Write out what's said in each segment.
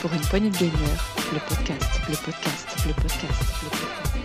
Pour une poignée de gamers, le podcast, le podcast, le podcast, le podcast.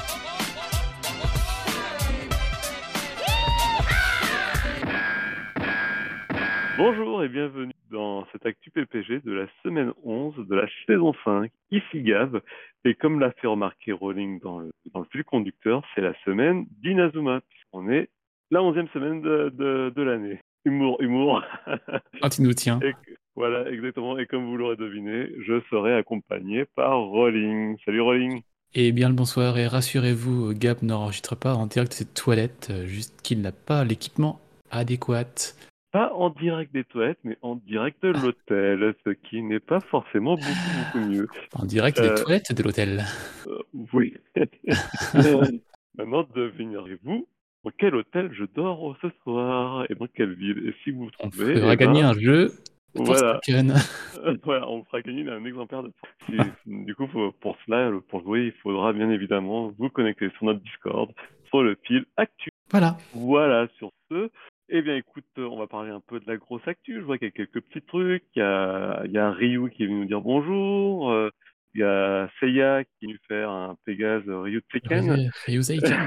Bonjour et bienvenue dans cette Actu PPG de la semaine 11 de la saison 5, ici Gav. Et comme l'a fait remarquer Rowling dans le fil conducteur, c'est la semaine d'Inazuma, puisqu'on est la 11e semaine de l'année. Humour. Ah, tu nous tiens. Voilà, exactement. Et comme vous l'aurez deviné, je serai accompagné par Rowling. Salut Rowling. Et bien le bonsoir, et rassurez-vous, Gab n'enregistre pas en direct de ses toilettes, juste qu'il n'a pas l'équipement adéquat. Pas en direct des toilettes, mais en direct de l'hôtel, ce qui n'est pas forcément beaucoup mieux. En direct des toilettes de l'hôtel. Oui. Maintenant, devinerez-vous dans quel hôtel je dors ce soir et dans quelle ville. Et si vous On trouvez, fera gagner un jeu pour voilà. Kraken. Voilà, on fera gagner un exemplaire de. Du coup, pour cela, pour jouer, il faudra bien évidemment vous connecter sur notre Discord, sur le fil Actu. Voilà. Voilà, sur ce. Eh bien, écoute, on va parler un peu de la grosse actu. Je vois qu'il y a quelques petits trucs. Il y a Ryu qui est venu nous dire bonjour. Il y a Seiya qui est venu faire un Pégase Ryu Seiken. Ryu Seiken.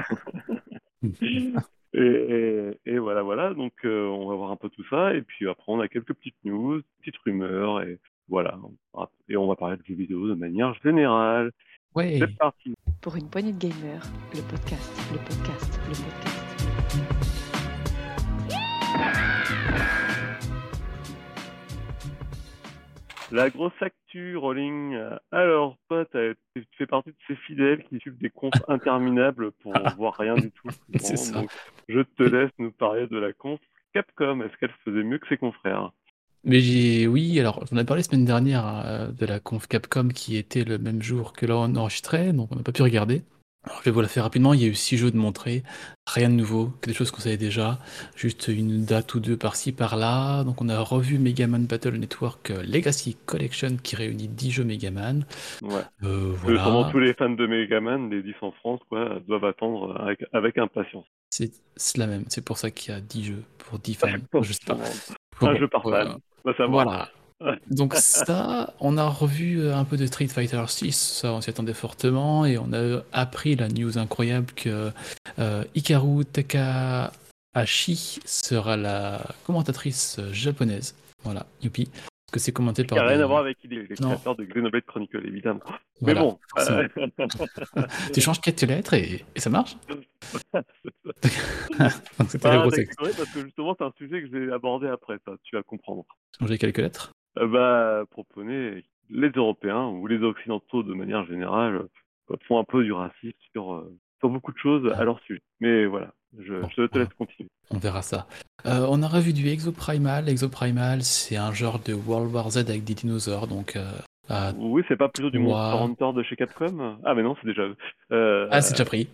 Et voilà. Donc, on va voir un peu tout ça. Et puis après, on a quelques petites news, petites rumeurs. Et voilà. Et on va parler de jeux vidéo de manière générale. Ouais. C'est parti. Pour une poignée de gamers, le podcast, le podcast, le podcast. La grosse actu, Rowling. Alors, toi, tu fais partie de ces fidèles qui suivent des confs interminables pour voir rien du tout. C'est ça. Donc, je te laisse nous parler de la conf Capcom. Est-ce qu'elle faisait mieux que ses confrères? Mais oui, alors j'en ai parlé la semaine dernière de la conf Capcom qui était le même jour que là on enregistrait, donc on n'a pas pu regarder. Alors je vais vous la faire rapidement, il y a eu 6 jeux de montrer, rien de nouveau, que des choses qu'on savait déjà, juste une date ou deux par-ci par-là. Donc on a revu Mega Man Battle Network Legacy Collection qui réunit 10 jeux Mega Man. Ouais. Voilà. Sûrement tous les fans de Mega Man, les 10 en France, quoi, doivent attendre avec impatience. C'est la même, c'est pour ça qu'il y a 10 jeux, pour 10 fans, je sais pas. Un jeu par fan, on va savoir. Voilà. Donc ça, on a revu un peu de Street Fighter 6, ça on s'y attendait fortement, et on a appris la news incroyable que Hikaru Takahashi sera la commentatrice japonaise. Voilà, youpi. Parce que c'est commenté par... Ça n'a rien à voir avec les créateurs de Xenoblade Chronicle, évidemment. Voilà, mais bon. Tu changes quelques lettres et ça marche. Donc c'était la grosse actu. Parce que justement, c'est un sujet que j'ai abordé après, ça, tu vas comprendre. Changer quelques lettres Proposer les Européens ou les Occidentaux de manière générale font un peu du racisme sur beaucoup de choses à leur sujet. Mais voilà, je te laisse continuer. On verra ça. On a revu du Exoprimal. Exoprimal, c'est un genre de World War Z avec des dinosaures, donc... oui, c'est pas plutôt du Monster Hunter de chez Capcom? Ah, mais non, c'est déjà eux. C'est déjà pris.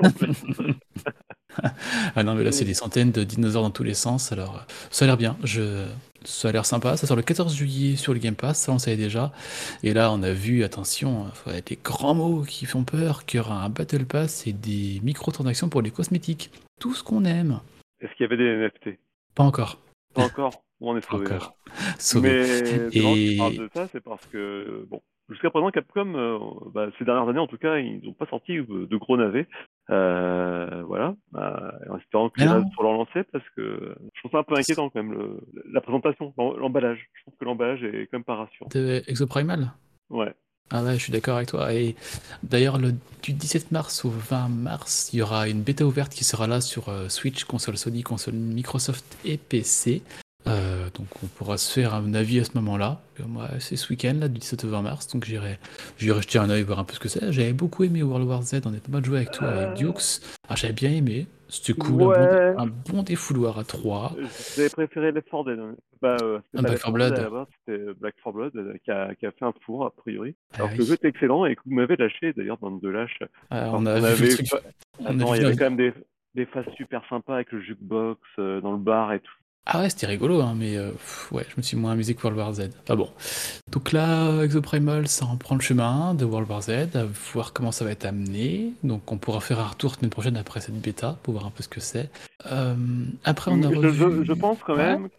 Ah non, mais là, c'est des centaines de dinosaures dans tous les sens, alors ça a l'air bien. Ça a l'air sympa. Ça sort le 14 juillet sur le Game Pass, ça on savait déjà. Et là, on a vu, attention, faut être des grands mots qui font peur, qu'il y aura un Battle Pass et des microtransactions pour les cosmétiques. Tout ce qu'on aime. Est-ce qu'il y avait des NFT? Pas encore. Pas encore? On est sauvé. Encore. Sauvé. Mais quand tu parles de ça, c'est parce que, bon, jusqu'à présent, Capcom, ces dernières années en tout cas, ils n'ont pas sorti de gros navets. Voilà. En espérant que les rêves sur leur lancée, parce que je trouve ça un peu inquiétant quand même, la présentation, l'emballage. Je trouve que l'emballage est quand même pas rassurant. De Exoprimal? Ouais. Ah ouais, je suis d'accord avec toi. Et d'ailleurs, du 17 mars au 20 mars, il y aura une bêta ouverte qui sera là sur Switch, console Sony, console Microsoft et PC. Donc on pourra se faire un avis à ce moment-là. Moi, c'est ce week-end, là, du 17 au 20 mars, donc j'irai jeter un œil, voir un peu ce que c'est. J'avais beaucoup aimé World War Z, on a pas mal joué avec toi, avec Dukes. Ah, j'avais bien aimé, c'était cool, ouais. un bon défouloir à 3. J'avais préféré Left 4 Dead. Black 4 Blood. C'était Black 4 Blood qui a fait un four, a priori. Alors que le jeu était excellent et que vous m'avez lâché, d'ailleurs, bande de lâches. On avait vu le truc. Il y avait quand même des phases super sympas avec le jukebox dans le bar et tout. Ah ouais, c'était rigolo, hein, mais ouais, je me suis moins amusé que World War Z. Ah bon. Donc là, Exoprimal, ça en prend le chemin de World War Z, à voir comment ça va être amené. Donc on pourra faire un retour semaine prochaine après cette bêta pour voir un peu ce que c'est. Euh, Après, on a Je revu. pense quand Ouais. même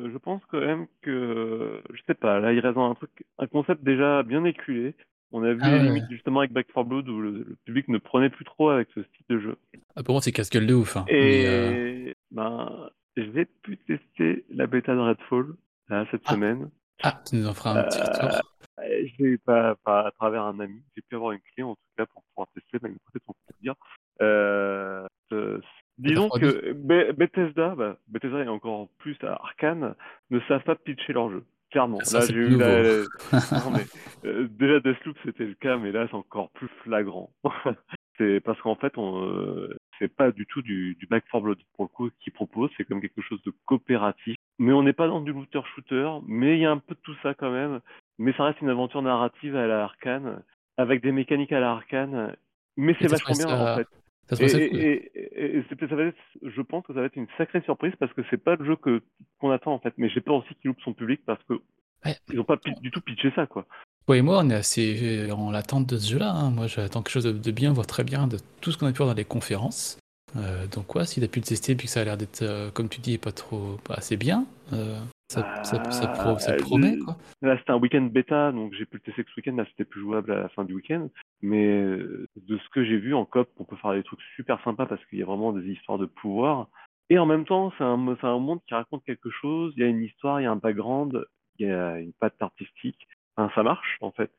que, je sais pas, là, il reste dans un concept déjà bien éculé. On a vu Ah les ouais. limites justement avec Back 4 Blood où le public ne prenait plus trop avec ce style de jeu. Ah, pour moi, c'est casse-gueule de ouf, hein. Mais Et ben, j'ai pu tester la bêta de Redfall là, cette ah, semaine. tu nous en feras un petit Euh, retour. j'ai pas à travers un ami, j'ai pu avoir une clé en tout cas pour pouvoir tester, mais peut-être on peut dire. Euh, euh, Ça t'a Disons refroidi? que Bethesda et encore plus à Arcane ne savent pas pitcher leur jeu. Clairement. Ça, Là, c'est j'ai pas eu nouveau. non mais déjà Deathloop c'était le cas, mais là c'est encore plus flagrant. C'est parce qu'en fait c'est pas du tout du Back 4 Blood pour le coup qu'ils proposent, c'est comme quelque chose de coopératif. Mais on n'est pas dans du looter-shooter, mais il y a un peu de tout ça quand même. Mais ça reste une aventure narrative à la Arcane, avec des mécaniques à la Arcane, mais Et c'est vachement bien en fait. t'as Et, trouvé ça cool? ça va être, je pense que ça va être une sacrée surprise parce que c'est pas le jeu qu'on attend en fait. Mais j'ai peur aussi qu'il loupe son public parce que Ouais. ils ont pas du tout pitché ça quoi. Toi et moi, on est assez en l'attente de ce jeu-là, hein. Moi, j'attends quelque chose de bien, voire très bien, de tout ce qu'on a pu voir dans les conférences. Donc, ouais, s'il a pu le tester, puis que ça a l'air d'être, comme tu dis, pas assez bien, ça promet, quoi. Là, c'était un week-end bêta, donc j'ai pu le tester que ce week-end. Là, c'était plus jouable à la fin du week-end. Mais de ce que j'ai vu en coop, on peut faire des trucs super sympas parce qu'il y a vraiment des histoires de pouvoir. Et en même temps, c'est un monde qui raconte quelque chose. Il y a une histoire, il y a un background, il y a une patte artistique. Enfin, ça marche, en fait.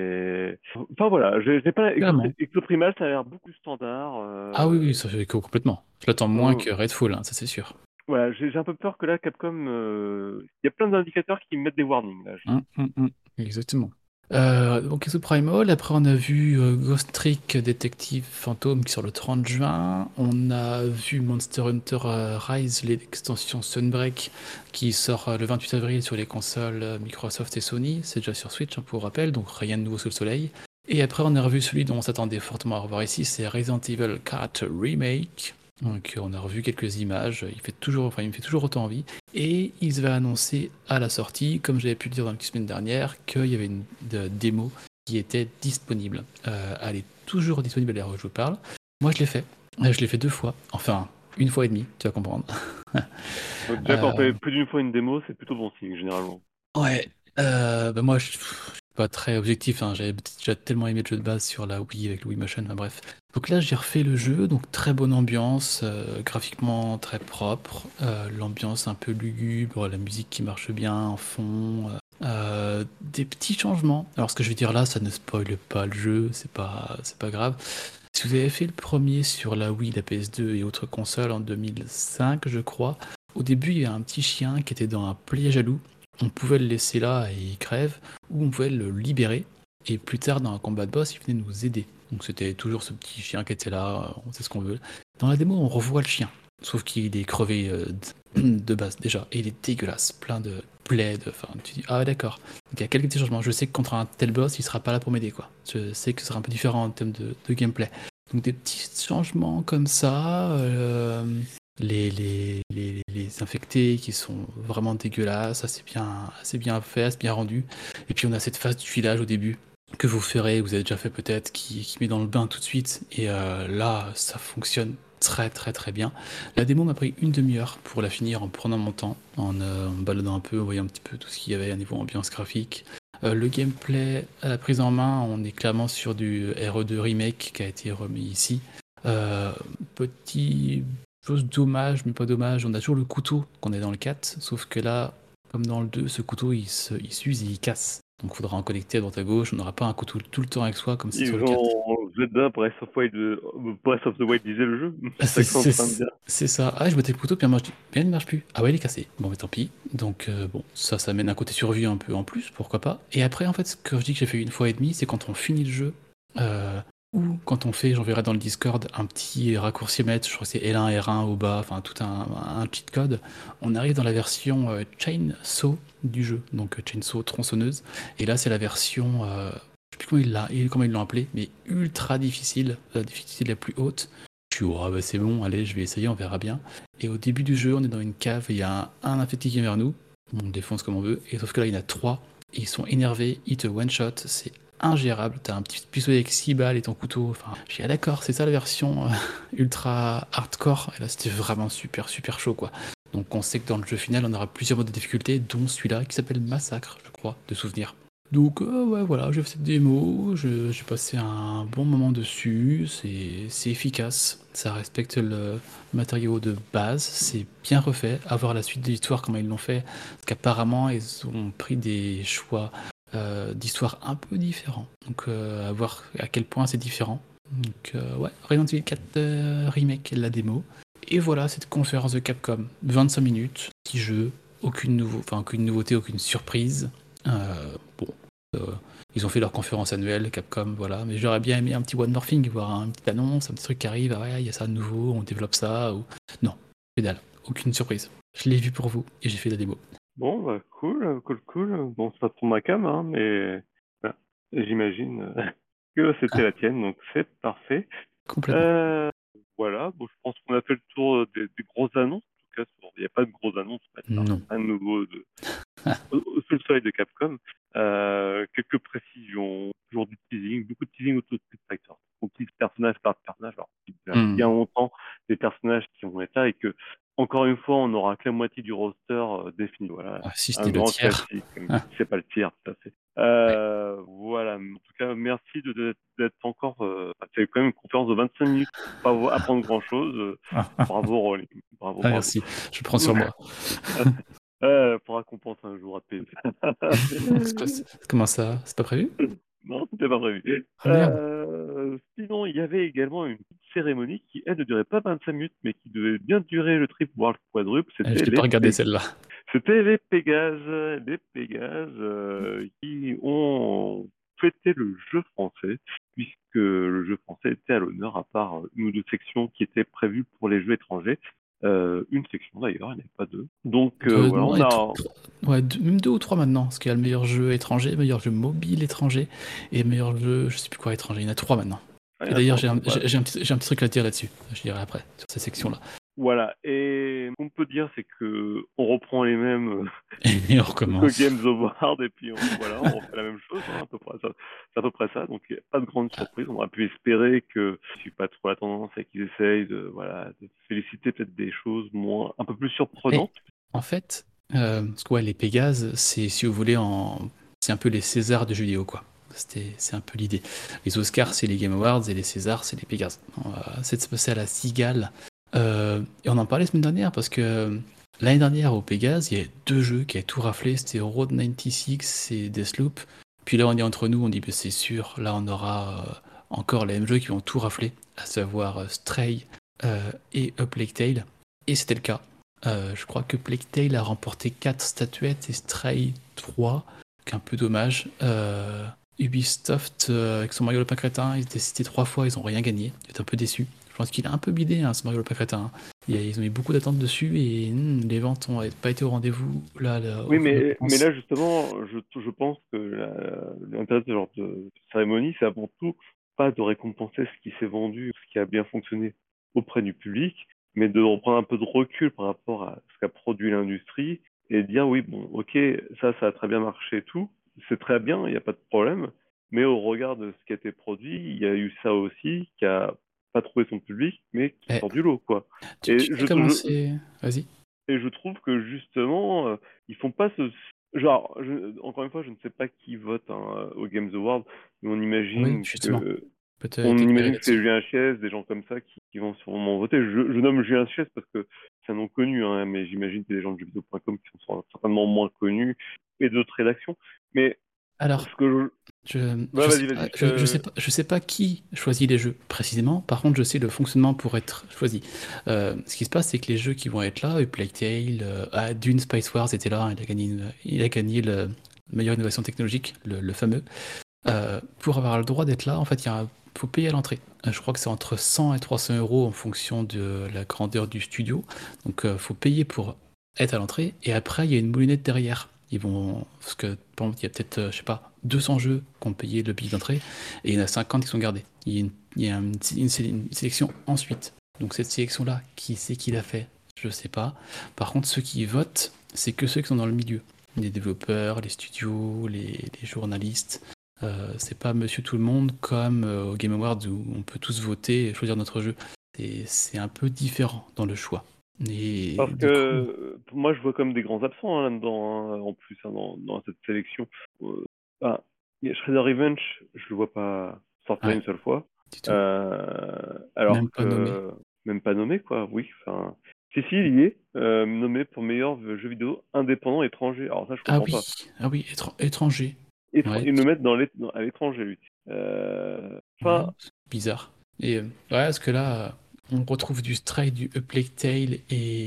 Enfin, voilà, j'ai pas Carrément. Exoprimal, ça a l'air beaucoup plus standard. Ah oui, ça fait complètement. Je l'attends moins Euh, que Redfall, hein, ça c'est sûr. voilà, j'ai un peu peur que là, Capcom, il y a plein d'indicateurs qui mettent des warnings. Là. Exactement. Donc, Exo Primal, après on a vu Ghost Trick Detective Phantom qui sort le 30 juin. On a vu Monster Hunter Rise, l'extension Sunbreak qui sort le 28 avril sur les consoles Microsoft et Sony. C'est déjà sur Switch, hein, pour rappel, donc rien de nouveau sous le soleil. Et après, on a revu celui dont on s'attendait fortement à revoir ici, c'est Resident Evil 4 Remake. Donc, on a revu quelques images, il me fait toujours autant envie. Et ils avaient annoncé à la sortie, comme j'avais pu le dire dans la semaine dernière, qu'il y avait une démo qui était disponible. Elle est toujours disponible à l'heure où je vous parle. Moi, je l'ai fait. Je l'ai fait 2 fois. Enfin, 1 fois et demie, tu vas comprendre. Donc, déjà, quand on fait plus d'une fois une démo, c'est plutôt bon signe, généralement. Ouais. Moi, je suis pas très objectif, hein. J'avais déjà tellement aimé le jeu de base sur la Wii avec le Wii Motion, enfin bref. Donc là, j'ai refait le jeu, donc très bonne ambiance, graphiquement très propre, l'ambiance un peu lugubre, la musique qui marche bien en fond, des petits changements. Alors ce que je vais dire là, ça ne spoile pas le jeu, c'est pas grave. Si vous avez fait le premier sur la Wii, la PS2 et autres consoles en 2005, je crois, au début, il y a un petit chien qui était dans un pliage à loup. On pouvait le laisser là et il crève, ou on pouvait le libérer. Et plus tard, dans un combat de boss, il venait nous aider. Donc c'était toujours ce petit chien qui était là, on sait ce qu'on veut. Dans la démo, on revoit le chien. Sauf qu'il est crevé de base déjà. Et il est dégueulasse, plein de plaies. Enfin, tu dis, ah d'accord. Donc il y a quelques petits changements. Je sais que contre un tel boss, il sera pas là pour m'aider, quoi. Je sais que ce sera un peu différent en termes de gameplay. Donc des petits changements comme ça. Les infectés qui sont vraiment dégueulasses, assez bien fait, assez bien rendu. Et puis on a cette phase du village au début que vous ferez, vous avez déjà fait peut-être, qui met dans le bain tout de suite. Et là, ça fonctionne très très très bien. La démo m'a pris une demi-heure pour la finir en prenant mon temps, en me baladant un peu, en voyant un petit peu tout ce qu'il y avait à niveau ambiance graphique. Le gameplay, à la prise en main, on est clairement sur du RE2 Remake qui a été remis ici. Petit chose dommage, mais pas dommage, on a toujours le couteau qu'on est dans le 4, sauf que là, comme dans le 2, ce couteau il s'use et il casse. Donc il faudra en connecter à droite à gauche, on n'aura pas un couteau tout le temps avec soi comme c'est sur Ils le 4. ont Zelda Breath of the Wild disait le jeu. C'est ça que t'es en train de dire. C'est ça. Ah, je mettais le couteau, puis moi je dis, bien il marche plus. Ah ouais, il est cassé. Bon, mais tant pis. Donc bon, ça mène un côté survie un peu en plus, pourquoi pas. Et après, en fait, ce que je dis que j'ai fait 1 fois et demie, c'est quand on finit le jeu, ou quand on fait, j'enverrai dans le Discord, un petit raccourci-mètre, je crois que c'est L1, R1 au bas, enfin tout un cheat code, on arrive dans la version Chainsaw du jeu, donc Chainsaw tronçonneuse, et là c'est la version, je sais plus comment ils l'ont appelé, mais ultra difficile, la difficulté la plus haute. Je suis oh, bah, c'est bon, allez, je vais essayer, on verra bien. Et au début du jeu, on est dans une cave, il y a un infecté qui vient vers nous, on défonce comme on veut, et sauf que là, il y en a 3, et ils sont énervés, ils te one-shot, c'est ingérable, t'as un petit pistolet avec 6 balles et ton couteau, enfin, j'ai dit, ah d'accord, c'est ça la version ultra hardcore, et là c'était vraiment super super chaud quoi. Donc on sait que dans le jeu final, on aura plusieurs modes de difficulté, dont celui-là qui s'appelle Massacre, je crois, de souvenir. Donc ouais, voilà, j'ai fait cette démo, j'ai passé un bon moment dessus, c'est efficace, ça respecte le matériau de base, c'est bien refait, à voir la suite de l'histoire, comment ils l'ont fait, parce qu'apparemment ils ont pris des choix d'histoire un peu différents, donc à voir à quel point c'est différent. Donc ouais, Resident Evil 4 Remake, la démo, et voilà cette conférence de Capcom, 25 minutes, petit jeu, aucune nouveauté, aucune surprise. Bon, ils ont fait leur conférence annuelle, Capcom, voilà. Mais j'aurais bien aimé un petit One More Thing, voir une petite annonce, un petit truc qui arrive, ah ouais, il y a ça de nouveau, on développe ça, ou... Non, pédale, aucune surprise. Je l'ai vu pour vous, et j'ai fait la démo. Bon, bah, cool. Bon, c'est pas trop ma cam, hein, mais voilà. J'imagine que c'était la tienne, donc c'est parfait. Complètement. Voilà, bon, je pense qu'on a fait le tour des grosses annonces. En tout cas, il n'y a pas de grosses annonces, Non. un nouveau sous le soleil de Capcom. Quelques précisions, toujours du teasing, beaucoup de teasing autour de Street Fighter. On tease personnage par personnage. Alors, il y a bien longtemps des personnages qui vont être là et que, encore une fois, on n'aura que la moitié du roster défini. Voilà, Si un c'était le grand tiers. classique. C'est pas le tiers, tout à fait. Voilà, en tout cas, merci d'être encore. C'est quand même une conférence de 25 minutes pour pas apprendre grand chose. Bravo, Rolling. Bravo. Merci, je prends sur moi. Pour récompenser un jour à paix. Comment ça? C'est pas prévu? Non, c'était pas prévu. Ah merde. Sinon, il y avait également une petite cérémonie qui, elle, ne durait pas 25 minutes, mais qui devait bien durer le trip, voire le quadruple. Je n'ai pas regardé celle-là. C'était les Pégases. Qui ont fêté le jeu français, puisque le jeu français était à l'honneur, à part une ou deux sections qui étaient prévues pour les jeux étrangers. Une section d'ailleurs, il n'y avait pas deux. Donc voilà, on a... Ouais, même 2 ou 3 maintenant, parce qu'il y a le meilleur jeu étranger, meilleur jeu mobile étranger, et meilleur jeu, je sais plus quoi étranger, il y en a 3 maintenant. Et d'ailleurs, j'ai un petit truc à dire là-dessus, je dirai après, sur cette section-là. Voilà, et ce qu'on peut dire, c'est que on reprend les mêmes et on recommence. que Games Award, et puis on refait la même chose, hein, c'est à peu près ça, donc il n'y a pas de grande surprise. On aurait pu espérer que, je suis pas trop la tendance, et qu'ils essayent de féliciter peut-être des choses un peu plus surprenantes. Et, en fait, parce que ouais, les Pégases, c'est, si vous voulez, c'est un peu les Césars de jeux vidéo, quoi. C'est un peu l'idée. Les Oscars, c'est les Game Awards, et les Césars, c'est les Pégases. C'est de se passer à la cigale. Et on en parlait la semaine dernière parce que l'année dernière au Pégase, il y a 2 jeux qui avaient tout raflé, c'était Road 96 et Deathloop. Puis là on est entre nous, on dit bah, c'est sûr, là on aura encore les mêmes jeux qui vont tout rafler, à savoir Stray et A Plague Tale. Et c'était le cas. Je crois que Plague Tale a remporté 4 statuettes et Stray 3, qui est un peu dommage. Ubisoft avec son Mario le Pain-Crétin, ils étaient cités 3 fois, ils n'ont rien gagné. J'étais un peu déçu. Je pense qu'il a un peu bidé, ce Mario le Pain-Crétin. Hein. Ils ont mis beaucoup d'attentes dessus et les ventes n'ont pas été au rendez-vous. Oui, mais là, justement, je pense que l'intérêt de ce genre de cérémonie, c'est avant tout pas de récompenser ce qui s'est vendu, ce qui a bien fonctionné auprès du public, mais de reprendre un peu de recul par rapport à ce qu'a produit l'industrie et dire oui, bon, ok, ça a très bien marché et tout, c'est très bien, il n'y a pas de problème, mais au regard de ce qui a été produit, il y a eu ça aussi qui a pas trouvé son public, mais qui sort du lot, quoi. Vas-y. Et je trouve que justement, ils font pas ce genre. Encore une fois, je ne sais pas qui vote aux Games Awards, mais on imagine que c'est Julien Chies, des gens comme ça qui vont sûrement voter. Je nomme Julien Chies parce que c'est un nom connu, hein, mais j'imagine qu'il y a des gens de jeuxvideo.com qui sont certainement moins connus et d'autres rédactions. Mais alors, ce que je sais pas qui choisit les jeux précisément. Par contre, je sais le fonctionnement pour être choisi. Ce qui se passe, c'est que les jeux qui vont être là, Plague Tale, Dune Spice Wars était là. Il a gagné la meilleure innovation technologique, le fameux. Pour avoir le droit d'être là, en fait, faut payer à l'entrée. Je crois que c'est entre 100 et 300 € en fonction de la grandeur du studio. Donc, faut payer pour être à l'entrée. Et après, il y a une moulinette derrière. Parce que, par exemple, il y a peut-être, je sais pas, 200 jeux qui ont payé le billet d'entrée, et il y en a 50 qui sont gardés. Il y a une sélection ensuite. Donc cette sélection-là, qui c'est qui l'a fait? Je sais pas. Par contre, ceux qui votent, c'est que ceux qui sont dans le milieu. Les développeurs, les studios, les journalistes. C'est pas Monsieur Tout le Monde comme au Game Awards où on peut tous voter et choisir notre jeu. C'est un peu différent dans le choix. Et Parce du coup, que moi, je vois comme des grands absents là-dedans, en plus, dans cette sélection. Ah, Shredder Revenge, je le vois pas sortir ouais, une seule fois. du tout. Alors Même pas nommé. que même pas nommé, quoi. Oui, enfin. Si, il y est nommé pour meilleur jeu vidéo indépendant étranger. Alors ça, je Ah comprends oui, pas. ah oui, étranger. Ouais, Ils le mettent à l'étranger, lui. ouais, Enfin, c'est bizarre. Et ouais, parce que là, on retrouve du Stray, du A Plague Tale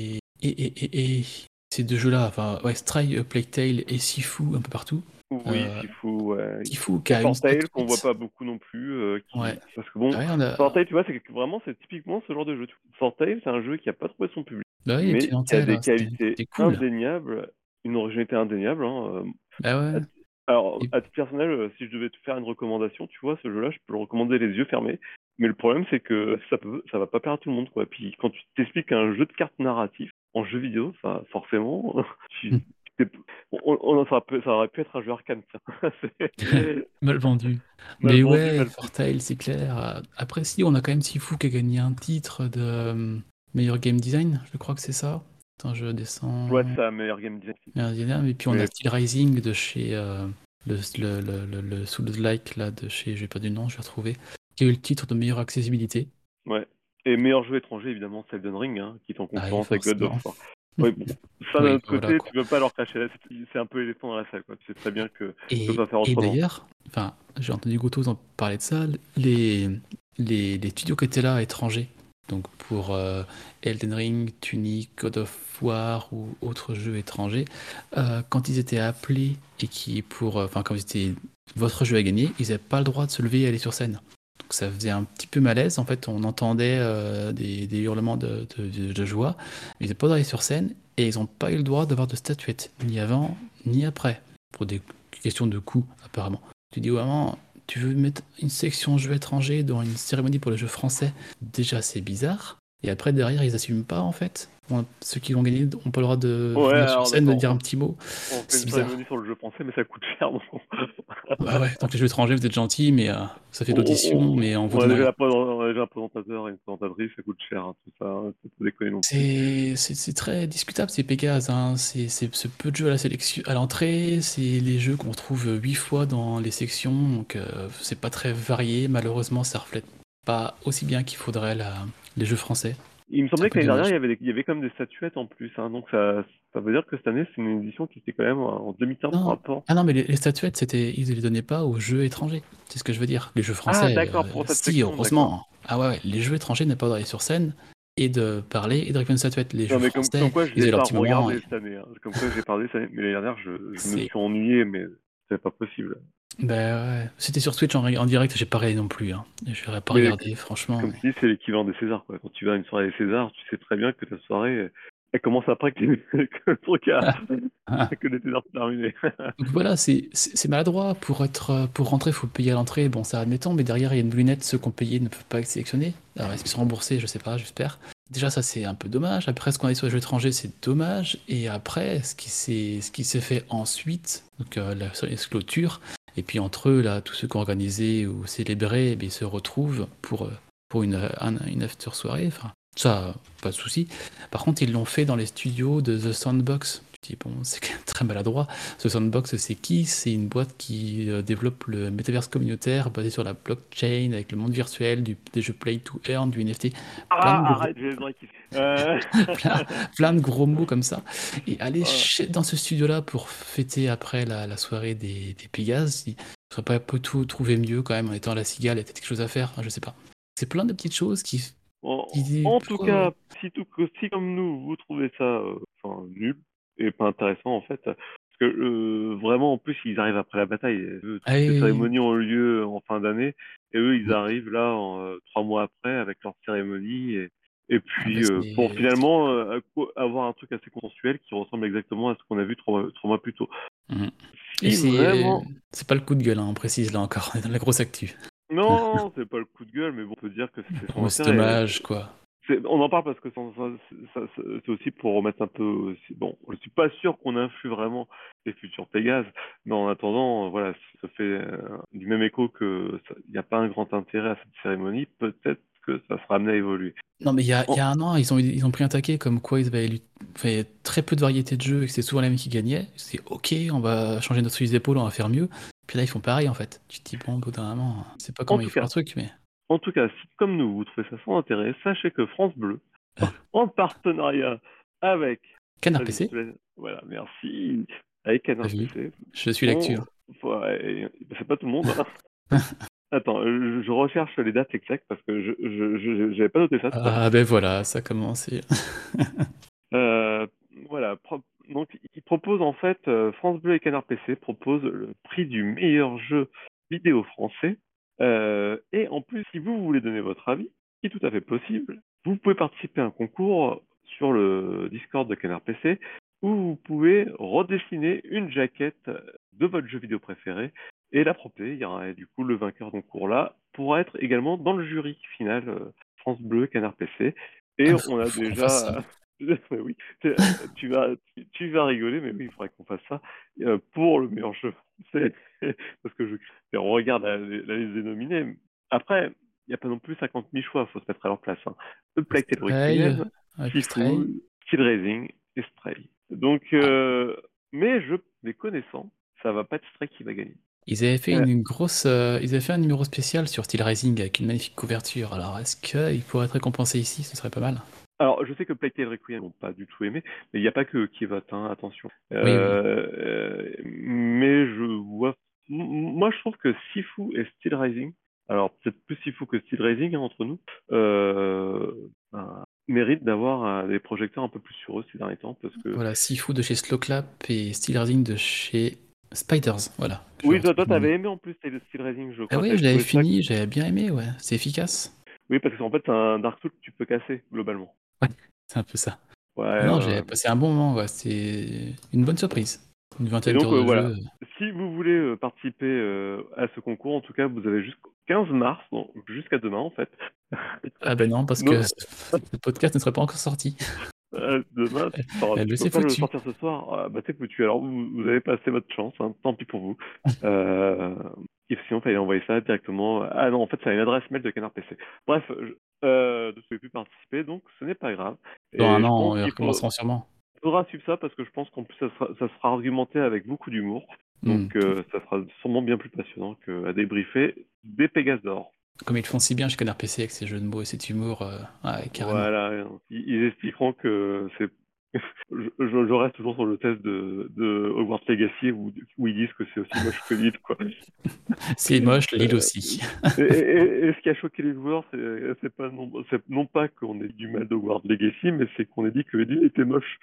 et ces deux jeux-là, enfin, ouais, Stray, A Plague Tale et Sifu un peu partout. oui, Sifu, ouais. Sifu qui Et a une Fortale, qu'on voit statuette. pas beaucoup non plus. Ouais. Parce que bon, Ah ouais, on a. Fortale, tu vois, vraiment, c'est typiquement ce genre de jeu. Fortale, c'est un jeu qui a pas trouvé son public, Bah oui, les mais qui a clientèles, des hein, qualités c'était cool. indéniables, une originalité indéniable. Bah À ouais. t- Alors, Et- à titre personnel, si je devais te faire une recommandation, tu vois, ce jeu-là, je peux le recommander les yeux fermés. Mais le problème, c'est que ça va pas plaire à tout le monde, quoi. Puis quand tu t'expliques un jeu de cartes narratif en jeu vidéo, ça, forcément, tu- t'es- ça aurait pu être un jeu arcane, ça. C'est Mal vendu. mal Mais vendu, ouais, mal pris. Fortale, c'est clair. Après, si, on a quand même Sifu qui a gagné un titre de meilleur game design, je crois que c'est ça. Attends, je Ouais, descends. c'est un meilleur game design. Meilleur design, et puis on a Mais Steel Rising de chez le Souls-like là de chez, j'ai pas du nom, je vais retrouver, qui a eu le titre de meilleure accessibilité. ouais. Et meilleur jeu étranger, évidemment, c'est Elden Ring, hein, qui est en Ah oui, concurrence avec God of forcément. War. Oui, bon. Ça, d'un Oui, autre bah voilà côté, tu quoi. peux pas leur cacher. C'est un peu éléphant dans la salle, quoi. Tu sais très bien que tu peux pas faire Et autrement. d'ailleurs, enfin, j'ai entendu Gotos en parler de ça, les studios qui étaient là étrangers, donc pour Elden Ring, Tunic, God of War ou autres jeux étrangers, quand ils étaient appelés et enfin, quand ils étaient votre jeu à gagner, ils n'avaient pas le droit de se lever et aller sur scène. Donc ça faisait un petit peu malaise. En fait, on entendait des hurlements de joie. Ils n'avaient pas le droit d'aller sur scène et ils n'ont pas eu le droit d'avoir de statuette, ni avant ni après, pour des questions de coût, apparemment. Tu dis vraiment, tu veux mettre une section jeux étrangers dans une cérémonie pour les jeux français, déjà c'est bizarre. Et après, derrière, ils assument pas, en fait. Ceux qui vont gagner n'ont pas le droit de Ouais, venir sur alors scène, de d'accord, dire un petit mot. on fait C'est une bizarre. cérémonie sur le jeu français, mais ça coûte cher, donc Bah ouais, donc les jeux étrangers, vous êtes gentils, mais ça fait de l'audition, mais on vous on a donne déjà rien. on a déjà un présentateur et une présentatrice, ça coûte cher, hein, tout ça, hein, faut pas déconner non plus. C'est très discutable ces Pégase, hein. C'est ce peu de jeux à la sélection, à l'entrée, c'est les jeux qu'on retrouve 8 fois dans les sections, donc c'est pas très varié. Malheureusement, ça reflète pas aussi bien qu'il faudrait les jeux français. Il me C'est un semblait que peu l'année dernière, dommage. il y avait quand même des statuettes en plus, hein, donc ça veut dire que cette année, c'est une édition qui était quand même en demi-teinte par Non, rapport. ah non, mais les statuettes, ils les donnaient pas aux jeux étrangers. C'est ce que je veux dire. Les jeux Ah, français, d'accord, pour cette si, section, d'accord. heureusement. Ah ouais, les jeux étrangers n'avaient pas d'aller sur scène et de parler et de récupérer une statuette. Les Non, jeux mais comme français, quoi, je ils l'ai avaient leur pas petit moment. regardé cette année, hein. Comme quoi, j'ai parlé cette année, mais l'année dernière, je me C'est suis ennuyé, mais c'est pas possible. Ben ouais, c'était sur Twitch en direct, j'ai pas regardé non plus, hein. Je n'aurais pas Mais regardé, franchement. comme tu dis, c'est l'équivalent des Césars, quoi. Quand tu vas à une soirée des Césars, tu sais très bien que ta soirée, elle commence après que, que le truc que les Césars sont terminés. Donc voilà, c'est maladroit. Pour rentrer, il faut payer à l'entrée. Bon, ça admettons, mais derrière, il y a une lunette. Ceux qui ont payé ne peuvent pas être sélectionnés. Alors, est-ce qu'ils sont remboursés? Je sais pas, j'espère. Déjà, ça, c'est un peu dommage. Après, ce qu'on a sur les jeux étrangers, c'est dommage. Et après, ce qui s'est fait ensuite, donc la clôture, et puis entre eux, là, tous ceux qui ont organisé ou célébré, eh bien, ils se retrouvent pour une after-soirée. Enfin, ça, pas de souci. Par contre, ils l'ont fait dans les studios de The Sandbox. Tu dis, bon, c'est quand même très maladroit. The Sandbox, c'est qui? C'est une boîte qui développe le métaverse communautaire basé sur la blockchain, avec le monde virtuel, des jeux play to earn, du NFT. Plein de Ah, gros, arrête, j'ai les oreilles qui... plein, plein de gros mots comme ça. Et aller Ah. dans ce studio-là pour fêter après la soirée des Pégases, il ne serait pas tout trouver mieux quand même en étant à la cigale, il y a peut-être quelque chose à faire, hein, je sais pas. C'est plein de petites choses En tout pourquoi. cas, si comme nous, vous trouvez ça enfin, nul et pas intéressant, en fait, parce que vraiment, en plus, ils arrivent après la bataille. Ah Toutes les oui, cérémonies ont lieu en fin d'année, et eux, ils oui. arrivent là 3 mois après avec leur cérémonie, et Ah bah puis pour c'est. finalement avoir un truc assez consensuel qui ressemble exactement à ce qu'on a vu 3 mois plus tôt. Mhm. Et Si vraiment... c'est pas le coup de gueule, hein, on précise là encore, on est dans la grosse actu. Non, c'est pas le coup de gueule, mais bon, on peut dire que c'est son Ouais, c'est intérêt. dommage, quoi. On en parle parce que c'est aussi pour remettre un peu. Bon, je suis pas sûr qu'on influe vraiment les futurs Pégase, mais en attendant, voilà, si ça fait du même écho que il n'y a pas un grand intérêt à cette cérémonie, peut-être que ça sera amené à évoluer. Non, mais il y a un an, ils ont pris un taquet comme quoi ils avaient fait très peu de variété de jeux et que c'était souvent les mêmes qui gagnaient. C'est ok, on va changer notre fusil d'épaule, on va faire mieux. Puis là, ils font pareil en fait. Tu te dis, bon, au bout d'un moment, je sais pas comment ils font leur truc, mais. En tout cas, si comme nous, vous trouvez ça sans intérêt, sachez que France Bleu, en partenariat avec Canard PC. Voilà, merci. Avec Canard PC. Je suis l'actu. Ouais, c'est pas tout le monde. Hein. Attends, je recherche les dates exactes parce que je n'avais pas noté ça. Ah ben voilà, ça a commencé. Voilà. Donc, ils proposent en fait, France Bleu et Canard PC proposent le prix du meilleur jeu vidéo français. Et en plus, si vous voulez donner votre avis, ce qui est tout à fait possible, vous pouvez participer à un concours sur le Discord de Canard PC où vous pouvez redessiner une jaquette de votre jeu vidéo préféré et la proposer. Il y aura du coup le vainqueur de concours-là pourra être également dans le jury final France Bleu Canard PC. Et on a déjà... oui, tu vas rigoler, mais oui, il faudrait qu'on fasse ça pour le meilleur jeu. Parce que on regarde la liste des nominés. Après, il n'y a pas non plus 50 000 choix, il faut se mettre à leur place. Hein. The Plague Tale Requiem, Sifu, Steel Raising et Stray. Donc, mais les connaissant, ça va pas être Stray qui va gagner. Ils avaient fait ils avaient fait un numéro spécial sur Steel Raising avec une magnifique couverture. Alors, est-ce qu'il pourrait être récompensé ici? Ce serait pas mal. Alors, je sais que Plague Tale Requiem n'ont pas du tout aimé, mais il n'y a pas que qui vote, hein, attention. Oui. Mais je vois... Moi, je trouve que Sifu et Steel Rising, alors peut-être plus Sifu que Steel Rising, hein, entre nous, méritent d'avoir des projecteurs un peu plus sur eux ces derniers temps. Parce que... Voilà, Sifu de chez Slowclap et Steel Rising de chez Spiders, voilà. Oui, toi, t'avais aimé en plus Steel Rising, je crois. Ah oui, je l'avais fini, j'avais bien aimé, ouais. C'est efficace. Oui, parce qu'en fait, c'est un Dark Souls que tu peux casser, globalement. Ouais, c'est un peu ça. Ouais, non, j'ai passé un bon moment, ouais. C'est une bonne surprise. Une vingtaine d'heures de voilà. jeu. Si vous voulez participer à ce concours, en tout cas, vous avez jusqu'au 15 mars, donc jusqu'à demain, en fait. Ah ben non, parce que le podcast ne serait pas encore sorti. Demain, tu peux pas le sortir ce soir. Bah, tu sais que alors vous avez passé votre chance, hein, tant pis pour vous. Et sinon, il fallait envoyer ça directement. Ah non, en fait, c'est une adresse mail de Canard PC. Bref, vous ne pouvez plus participer, donc ce n'est pas grave. Dans un an, on recommencera sûrement. Il faudra suivre ça parce que je pense qu'en plus, ça sera argumenté avec beaucoup d'humour. Donc, ça sera sûrement bien plus passionnant qu'à débriefer des Pégases d'or. Comme ils le font si bien chez Canard PC avec ces jeux de mots et cet humour, carrément. Voilà, ils expliqueront que c'est. je reste toujours sur le test de Hogwarts Legacy où ils disent que c'est aussi moche que Lille, quoi. C'est moche, Lille aussi. et ce qui a choqué les joueurs, c'est non pas qu'on ait du mal de Hogwarts Legacy, mais c'est qu'on ait dit que Lille était moche.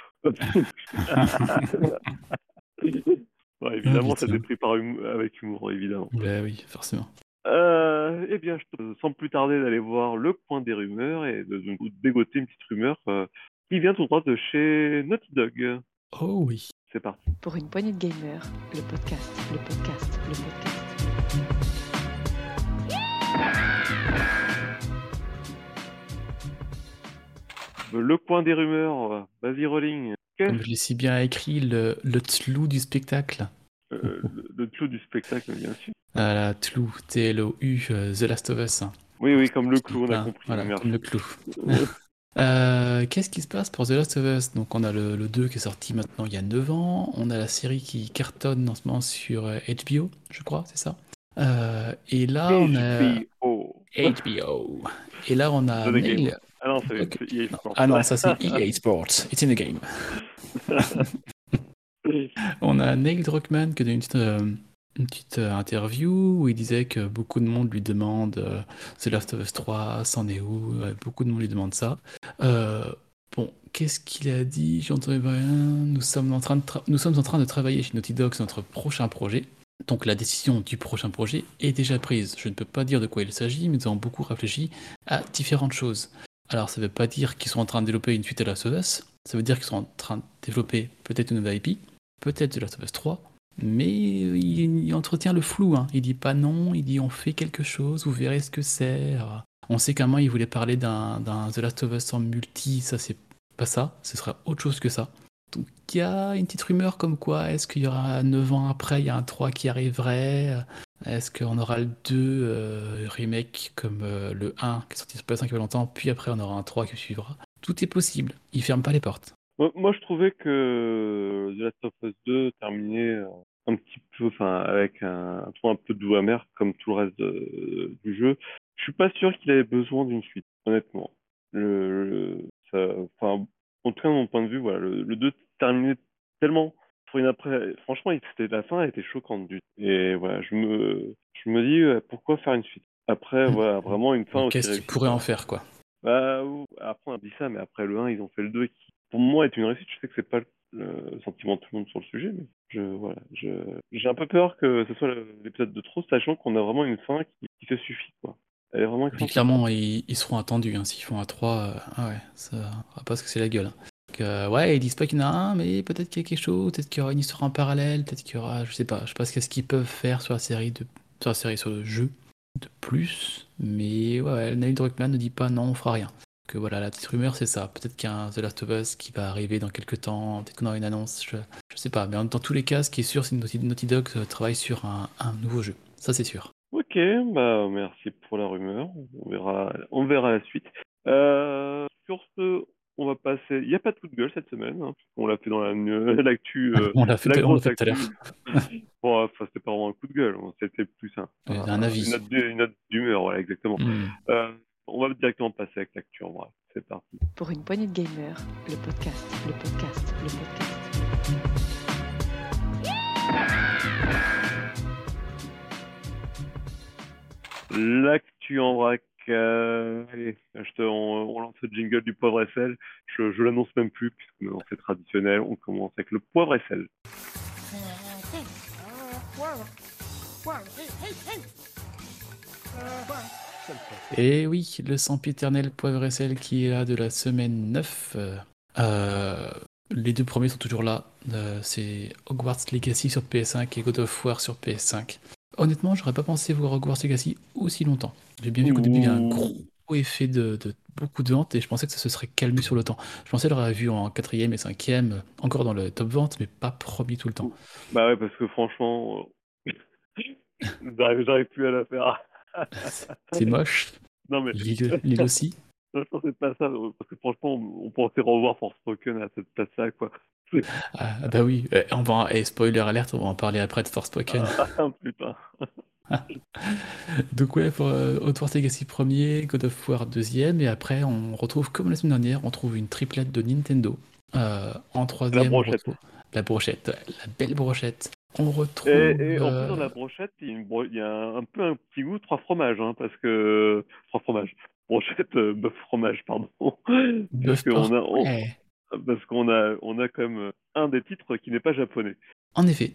Ouais, évidemment, ça a été pris avec humour, évidemment. Bah oui, forcément. Eh bien, je te sens plus tarder d'aller voir le coin des rumeurs et de dégoter une petite rumeur qui vient tout droit de chez Naughty Dog. Oh oui. C'est parti. Pour une poignée de gamers, le podcast, le podcast, le podcast. Le coin des rumeurs, vas-y Rolling. Comme je l'ai si bien écrit, le tlou du spectacle. Le tlou du spectacle, bien sûr. La tlou, T-L-O-U, The Last of Us. Oui, comme le clou, on a compris. Voilà, comme le clou. Qu'est-ce qui se passe pour The Last of Us? Donc on a le 2 qui est sorti maintenant il y a 9 ans. On a la série qui cartonne en ce moment sur HBO, je crois, c'est ça. Et là on a HBO. Et là on a Neil. Ah non, c'est EA Sports. Ah non, ça c'est EA Sports. It's in the game. On a Neil Druckmann qui donne une petite interview où il disait que beaucoup de monde lui demande The Last of Us 3, c'en est où? Beaucoup de monde lui demande ça. Bon, qu'est-ce qu'il a dit? J'entendais rien. Nous sommes en train de travailler chez Naughty Dog sur notre prochain projet. Donc la décision du prochain projet est déjà prise. Je ne peux pas dire de quoi il s'agit, mais nous avons beaucoup réfléchi à différentes choses. Alors ça ne veut pas dire qu'ils sont en train de développer une suite à Last of Us. Ça veut dire qu'ils sont en train de développer peut-être une nouvelle IP, peut-être The Last of Us 3. Mais il entretient le flou, hein. Il dit pas non, il dit on fait quelque chose, vous verrez ce que c'est. On sait qu'à un moment, ils voulaient parler d'un The Last of Us en multi, ça c'est pas ça, ce sera autre chose que ça. Donc il y a une petite rumeur comme quoi, est-ce qu'il y aura 9 ans après, il y a un 3 qui arriverait? Est-ce qu'on aura le 2 remake comme le 1 qui est sorti sur PS5 il y a pas longtemps, puis après on aura un 3 qui suivra? Tout est possible, ils ferment pas les portes. Moi, je trouvais que The Last of Us 2 terminait un petit peu, enfin, avec un ton un peu doux amer, comme tout le reste du jeu. Je suis pas sûr qu'il avait besoin d'une suite, honnêtement. Enfin, en tout cas, de mon point de vue, voilà, le 2 terminait tellement sur une après. Franchement, la fin elle était choquante et voilà, je me dis pourquoi faire une suite. Après, voilà, vraiment une fin aussi Qu'est-ce qu'ils réussie, pourraient en quoi. faire, quoi? Bah, après on a dit ça, mais après le 1, ils ont fait le 2 qui, pour moi, est une réussite. Je sais que c'est pas le sentiment de tout le monde sur le sujet, mais voilà, j'ai un peu peur que ce soit l'épisode de trop, sachant qu'on a vraiment une fin qui se suffit, quoi. Elle est vraiment Puis excellente, cette fin. clairement, ils seront attendus, hein. S'ils font un 3, ah ouais, ça va pas se casser la gueule, hein. Donc, ouais, ils disent pas qu'il y en a un, mais peut-être qu'il y a quelque chose, peut-être qu'il y aura une histoire en parallèle, peut-être qu'il y aura, je sais pas ce qu'ils peuvent faire sur la série, sur le jeu de plus, mais ouais, Neil Druckmann ne dit pas non, on fera rien. Que voilà, la petite rumeur, c'est ça. Peut-être qu'il y a un The Last of Us qui va arriver dans quelques temps, peut-être qu'on aura une annonce, je sais pas. Mais dans tous les cas, ce qui est sûr, c'est que Naughty Dog travaille sur un nouveau jeu. Ça, c'est sûr. Ok, bah merci pour la rumeur. On verra la suite. Sur ce, on va passer. Il n'y a pas de coup de gueule cette semaine, hein, puisqu'on l'a fait dans l'actu, On l'a fait, la on l'a grosse fait tout à actu. l'heure. Bon, enfin, c'était pas vraiment un coup de gueule, hein, c'était plus Un avis. une note d'humeur, voilà, exactement. Hmm. On va directement passer avec l'actu en vrai. C'est parti. Pour une poignée de gamers, le podcast, le podcast, le podcast. L'actu en vrac. Allez, on lance le jingle du poivre et sel. Je l'annonce même plus, puisque maintenant c'est traditionnel. On commence avec le poivre et sel. Et oui, le sempiternel poivre et sel qui est là de la semaine 9. Les deux premiers sont toujours là. C'est Hogwarts Legacy sur PS5 et God of War sur PS5. Honnêtement, j'aurais pas pensé voir Hogwarts Legacy aussi longtemps. J'ai bien vu qu'au début, il y a un gros effet de beaucoup de ventes et je pensais que ça se serait calmé sur le temps. Je pensais l'avoir vu en 4e et 5e, encore dans le top vente, mais pas premier tout le temps. Bah ouais, parce que franchement, j'arrive plus à la faire. C'est moche. Non mais, L'île aussi. non, je pensais pas ça, parce que franchement, on pensait revoir Forspoken à cette place-là, quoi. Ah bah oui, et spoiler alert, on va en parler après de Forspoken. Ah, putain. Donc ouais, pour Hogwarts Legacy premier, God of War deuxième, et après on retrouve, comme la semaine dernière, on trouve une triplette de Nintendo. En troisième, on brochette. retrouve la brochette, la belle brochette. On retrouve... Et en plus, dans la brochette, il y a un peu un petit goût 3 fromages, hein, parce que... 3 fromages. Brochette, bœuf fromage, pardon. Bœuf parfait. Parce qu'on a quand même un des titres qui n'est pas japonais. En effet,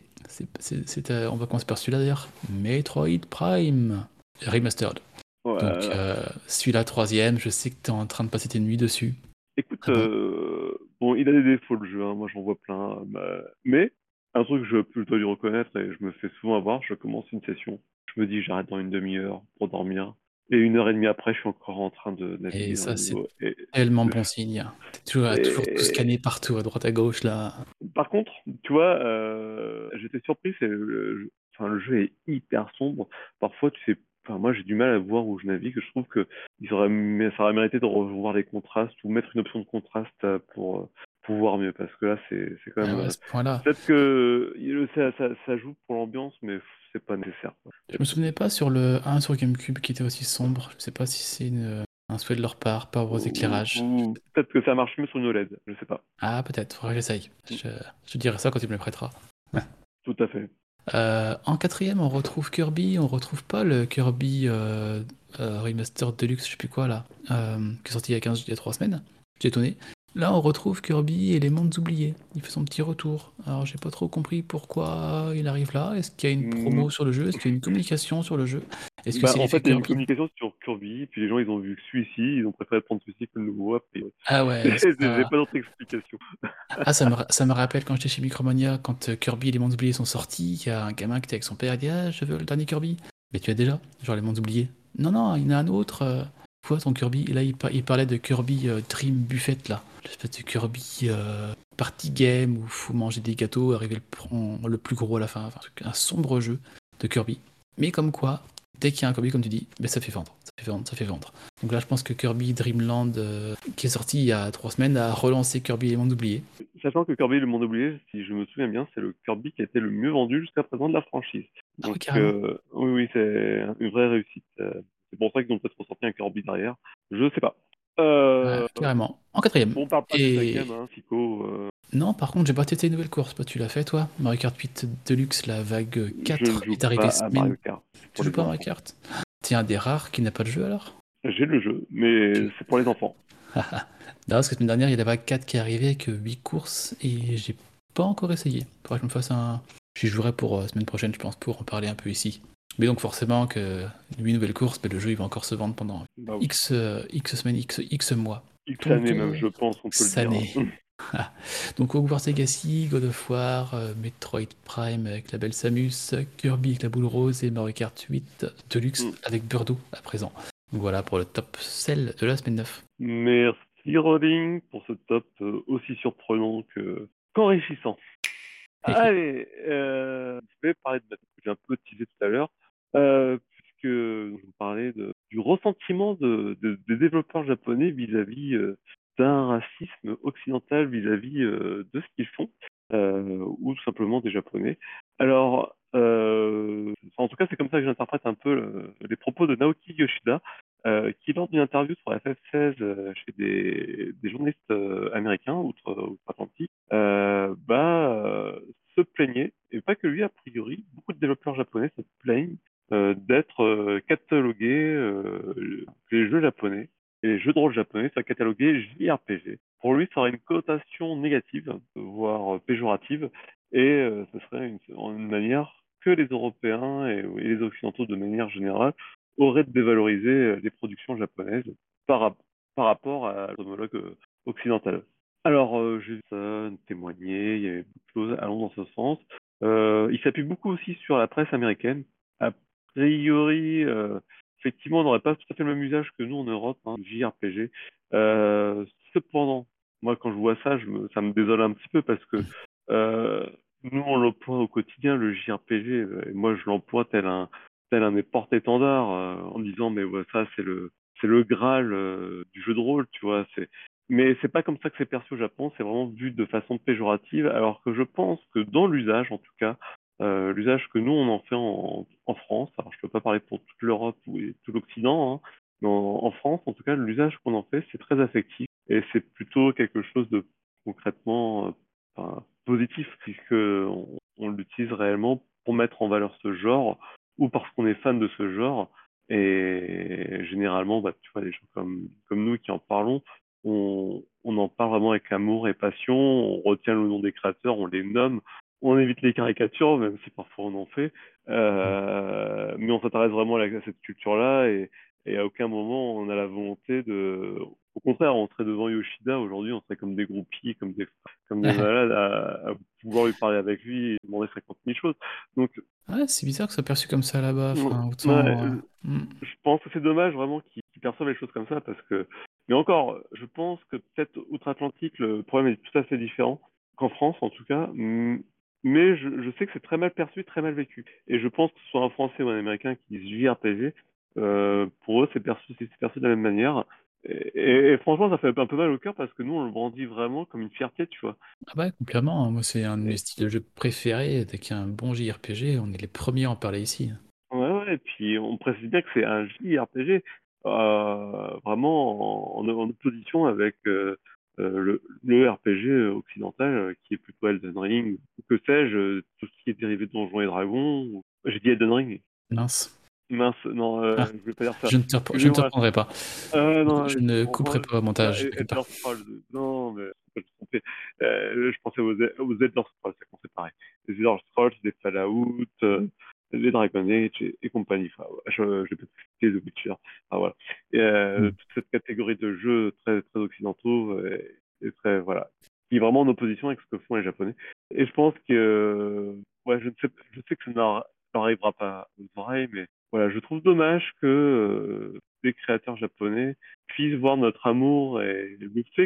on va commencer par celui-là d'ailleurs. Metroid Prime Remastered. Ouais. Donc celui-là, troisième, je sais que tu es en train de passer tes nuits dessus. Écoute, Ah bon. bon, il a des défauts le jeu, hein, moi j'en vois plein. Mais un truc que je dois lui reconnaître, et je me fais souvent avoir, je commence une session, je me dis j'arrête dans une demi-heure pour dormir, et 1 heure et demie après, je suis encore en train de naviguer. Et ça, c'est nouveau, tellement bon signe. T'es toujours tout scanné partout, à droite à gauche, là. Par contre, tu vois, j'étais surpris, le jeu est hyper sombre. Parfois, tu sais, enfin, moi j'ai du mal à voir où je navigue. Je trouve que ça aurait mérité de revoir les contrastes ou mettre une option de contraste pour voir mieux. Parce que là, c'est quand même. À ce point-là. Peut-être que ça joue pour l'ambiance, mais c'est pas nécessaire, quoi. Je me souvenais pas sur le 1 sur GameCube qui était aussi sombre. Je sais pas si c'est un souhait de leur part, par rapport aux éclairages. Ou peut-être que ça marche mieux sur une OLED, je sais pas. Ah, peut-être, faudrait que j'essaye. Je te dirai ça quand tu me le prêteras. Tout à fait. En quatrième, on retrouve Kirby. On retrouve pas le Kirby Remastered Deluxe, je sais plus quoi là, qui est sorti il y a 3 semaines. J'ai étonné. Là, on retrouve Kirby et les mondes oubliés. Il fait son petit retour. Alors, j'ai pas trop compris pourquoi il arrive là. Est-ce qu'il y a une promo sur le jeu? Est-ce qu'il y a une communication sur le jeu? Est-ce que c'est en fait, il y a une Kirby communication sur Kirby, puis les gens, ils ont vu que celui-ci, ils ont préféré prendre celui-ci que le nouveau. Ah ouais. J'ai pas d'autre explication. Ah, ça me rappelle quand j'étais chez Micromania, quand Kirby et les mondes oubliés sont sortis, il y a un gamin qui était avec son père, il dit « Ah, je veux le dernier Kirby ». Mais tu as déjà, genre les mondes oubliés. Non, il y en a un autre. quoi ton Kirby? Et là, il parlait de Kirby Dream Buffet, là. L'espèce de Kirby party game où il faut manger des gâteaux, arriver le plus gros à la fin. Enfin, un sombre jeu de Kirby. Mais comme quoi, dès qu'il y a un Kirby, comme tu dis, ben ça fait vendre. Ça fait vendre, ça fait vendre. Donc là, je pense que Kirby Dreamland, qui est sorti il y a 3 semaines, a relancé Kirby et les Mondes Oubliés. Sachant que Kirby et le Monde Oublié, si je me souviens bien, c'est le Kirby qui a été le mieux vendu jusqu'à présent de la franchise. Ah oui, Donc carrément. oui, c'est une vraie réussite. C'est pour ça qu'ils ont peut-être ressorti un Kirby derrière. Je sais pas. Ouais, carrément. En quatrième. On parle pas du Et cinquième, hein, Fico. non, par contre, j'ai pas testé une nouvelle course. Toi, tu l'as fait, toi? Mario Kart 8 Deluxe, la vague Je ne 4 joue est arrivée pas à semaine. Mario Kart. C'est Tu pour joues les pas à Mario enfants. Kart? T'es un des rares qui n'a pas de jeu alors? J'ai le jeu, mais Ok. c'est pour les enfants. Non, parce que la semaine dernière, il y a la vague 4 qui est arrivée avec 8 courses et j'ai pas encore essayé. Faudrait que je me fasse un. J'y jouerai pour semaine prochaine, je pense, pour en parler un peu ici. Mais donc, forcément, que 8 nouvelles courses, mais le jeu il va encore se vendre pendant Bah oui. X semaines, X mois. X Donc, années même, je pense, on peut le X dire. années. Donc Hogwarts Legacy, God of War, Metroid Prime avec la belle Samus, Kirby avec la boule rose et Mario Kart 8 Deluxe Mm. avec Birdo à présent. Donc voilà pour le top sell de la semaine 9. Merci Roding pour ce top aussi surprenant qu'enrichissant. Allez, je vais parler de ma j'ai un peu teasé tout à l'heure, puisque je vous parlais du ressentiment des développeurs japonais vis-à-vis d'un racisme occidental vis-à-vis de ce qu'ils font, ou tout simplement des Japonais. Alors, en tout cas, c'est comme ça que j'interprète un peu les propos de Naoki Yoshida, qui, lors d'une interview sur FF16 chez des journalistes américains, outre-Atlantique, se plaignait, et pas que lui, a priori, beaucoup de développeurs japonais se plaignent d'être catalogués, les jeux japonais et les jeux de rôle japonais soient catalogués JRPG. Pour lui, ça aurait une connotation négative, voire péjorative, et ce serait une manière que les Européens et les Occidentaux, de manière générale, auraient de dévaloriser les productions japonaises par, par rapport à l'homologue occidental. Alors, j'ai vu ça témoigner, il y avait beaucoup de choses allant dans ce sens. Il s'appuie beaucoup aussi sur la presse américaine. A priori, effectivement, on n'aurait pas tout à fait le même usage que nous en Europe, hein, du JRPG. Cependant, moi, quand je vois ça, ça me désole un petit peu parce que euh, nous, on l'emploie au quotidien, le JRPG, et moi, je l'emploie tel un des porte-étendards, en disant, mais ouais, ça, c'est le Graal du jeu de rôle, tu vois. Mais c'est pas comme ça que c'est perçu au Japon, c'est vraiment vu de façon péjorative, alors que je pense que dans l'usage, en tout cas, l'usage que nous on en fait en France, alors je peux pas parler pour toute l'Europe et tout l'Occident, hein, mais en France, en tout cas, l'usage qu'on en fait, c'est très affectif et c'est plutôt quelque chose de concrètement enfin, positif, puisque on l'utilise réellement pour mettre en valeur ce genre ou parce qu'on est fan de ce genre. Et généralement, bah, tu vois, les gens comme nous qui en parlons, on en parle vraiment avec amour et passion, on retient le nom des créateurs, on les nomme, on évite les caricatures, même si parfois on en fait, mais on s'intéresse vraiment à cette culture-là et à aucun moment on a la volonté de... Au contraire, on serait devant Yoshida aujourd'hui, on serait comme des groupies, comme des malades à vouloir lui parler avec lui et demander 50 000 choses. Donc, Ouais, c'est bizarre que ça soit perçu comme ça là-bas. Enfin, ouais, autant. je pense que c'est dommage vraiment qu'ils perçoivent les choses comme ça parce que, mais encore, je pense que peut-être outre-Atlantique, le problème est tout à fait différent qu'en France en tout cas. Mais je sais que c'est très mal perçu, très mal vécu. Et je pense que ce soit un Français ou un Américain qui dit JRPG, pour eux c'est perçu de la même manière. Et franchement, ça fait un peu mal au cœur parce que nous on le brandit vraiment comme une fierté, tu vois. Ah bah complètement, moi c'est un de mes Et, styles de jeu préférés. Dès qu'il y a un bon JRPG, on est les premiers à en parler ici. ouais, ouais, et puis on précise bien que c'est un JRPG, vraiment en opposition avec le RPG occidental qui est plutôt Elden Ring, ou que sais-je, tout ce qui est dérivé de Donjons et Dragons. J'ai dit Elden Ring. Mince. Mince, non, Ah, je vais pas dire ça. je ne te Excusez-moi. reprendrai pas. Non, Je ne couperai franchement, pas au montage, t'inquiète Elder pas. Scrolls, non, mais je me tromper. Je pensais aux Elder Scrolls, ça comptait pareil. Les Elder Scrolls, les Fallout, les Dragon Age et compagnie. Enfin, je vais peut-être citer The Witcher. Enfin, voilà. Et, Hmm. toute cette catégorie de jeux très, très occidentaux et très, voilà, qui est vraiment en opposition avec ce que font les Japonais. Et je pense que, ouais, je sais que ça n'arrivera pas aux oreilles, mais voilà, je trouve dommage que des créateurs japonais puissent voir notre amour et le fait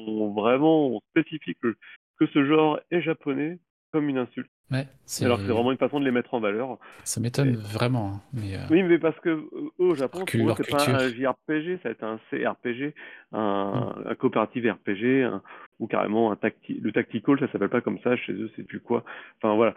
on spécifie que ce genre est japonais comme une insulte, Ouais, alors que c'est vraiment une façon de les mettre en valeur. ça m'étonne vraiment, hein, mais Oui, mais parce que eux, au Japon, pour eux, leur c'est pas culture. un JRPG, ça va être un CRPG, Mm. un coopérative RPG, ou carrément le tactical, ça s'appelle pas comme ça, chez eux, c'est plus quoi. Enfin voilà,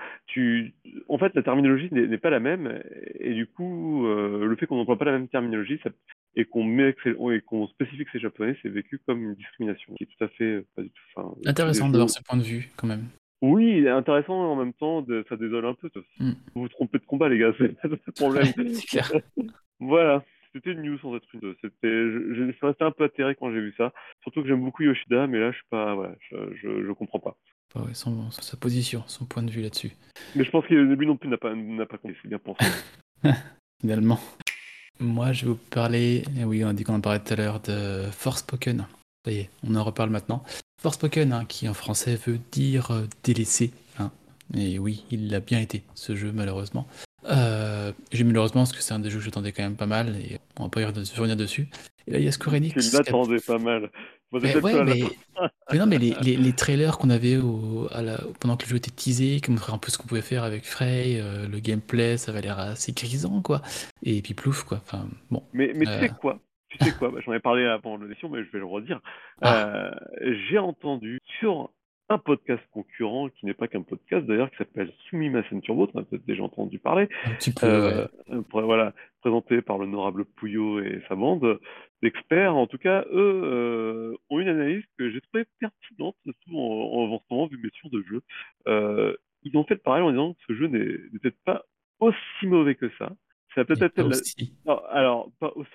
en fait, la terminologie n'est pas la même, et du coup, le fait qu'on n'emploie pas la même terminologie, et qu'on spécifie que c'est japonais, c'est vécu comme une discrimination, qui est tout à fait pas du tout. Enfin, Intéressant d'avoir ce point de vue, quand même. oui, intéressant en même temps, ça désole un peu. Mm. Vous vous trompez de combat, les gars, c'est pas le problème. C'est clair. Voilà, c'était une news sans être une. Je suis resté un peu atterré quand j'ai vu ça. Surtout que j'aime beaucoup Yoshida, mais là, je suis pas, voilà, je comprends pas. Bah ouais, sa position, son point de vue là-dessus. Mais je pense que lui non plus n'a pas compris, c'est bien pensé. Finalement. Moi, je vais vous parler, oui, on a dit qu'on en parlait tout à l'heure, de Forspoken. Ça y est, on en reparle maintenant. Forspoken, hein, qui en français veut dire délaissé. Hein. Et oui, il l'a bien été, ce jeu, malheureusement. J'ai malheureusement, parce que c'est un des jeux que j'attendais quand même pas mal, et on va pas y revenir dessus. Et là, il y a Square Tu Enix. l'attendais pas mal. Moi, c'est Mais peut-être ouais, que à la mais fin. mais non, mais les trailers qu'on avait pendant que le jeu était teasé, qui montraient un peu ce qu'on pouvait faire avec Frey, le gameplay, ça avait l'air assez grisant, quoi. Et puis plouf, quoi. Enfin, bon. Mais tu Euh, sais quoi? Tu sais quoi? Bah, j'en ai parlé avant l'émission, mais je vais le redire. Ah, J'ai entendu sur un podcast concurrent, qui n'est pas qu'un podcast d'ailleurs, qui s'appelle Sumimasen Turbo, tu en as peut-être déjà entendu parler, un petit peu, ouais. voilà, présenté par l'honorable Pouillot et sa bande d'experts. En tout cas, eux ont une analyse que j'ai trouvée pertinente, surtout en ce moment, vu mes tours de jeu. Ils ont fait le parallèle en disant que ce jeu n'est peut-être pas aussi mauvais que ça. Ça a peut-être Et été pas aussi. non, alors, pas aussi.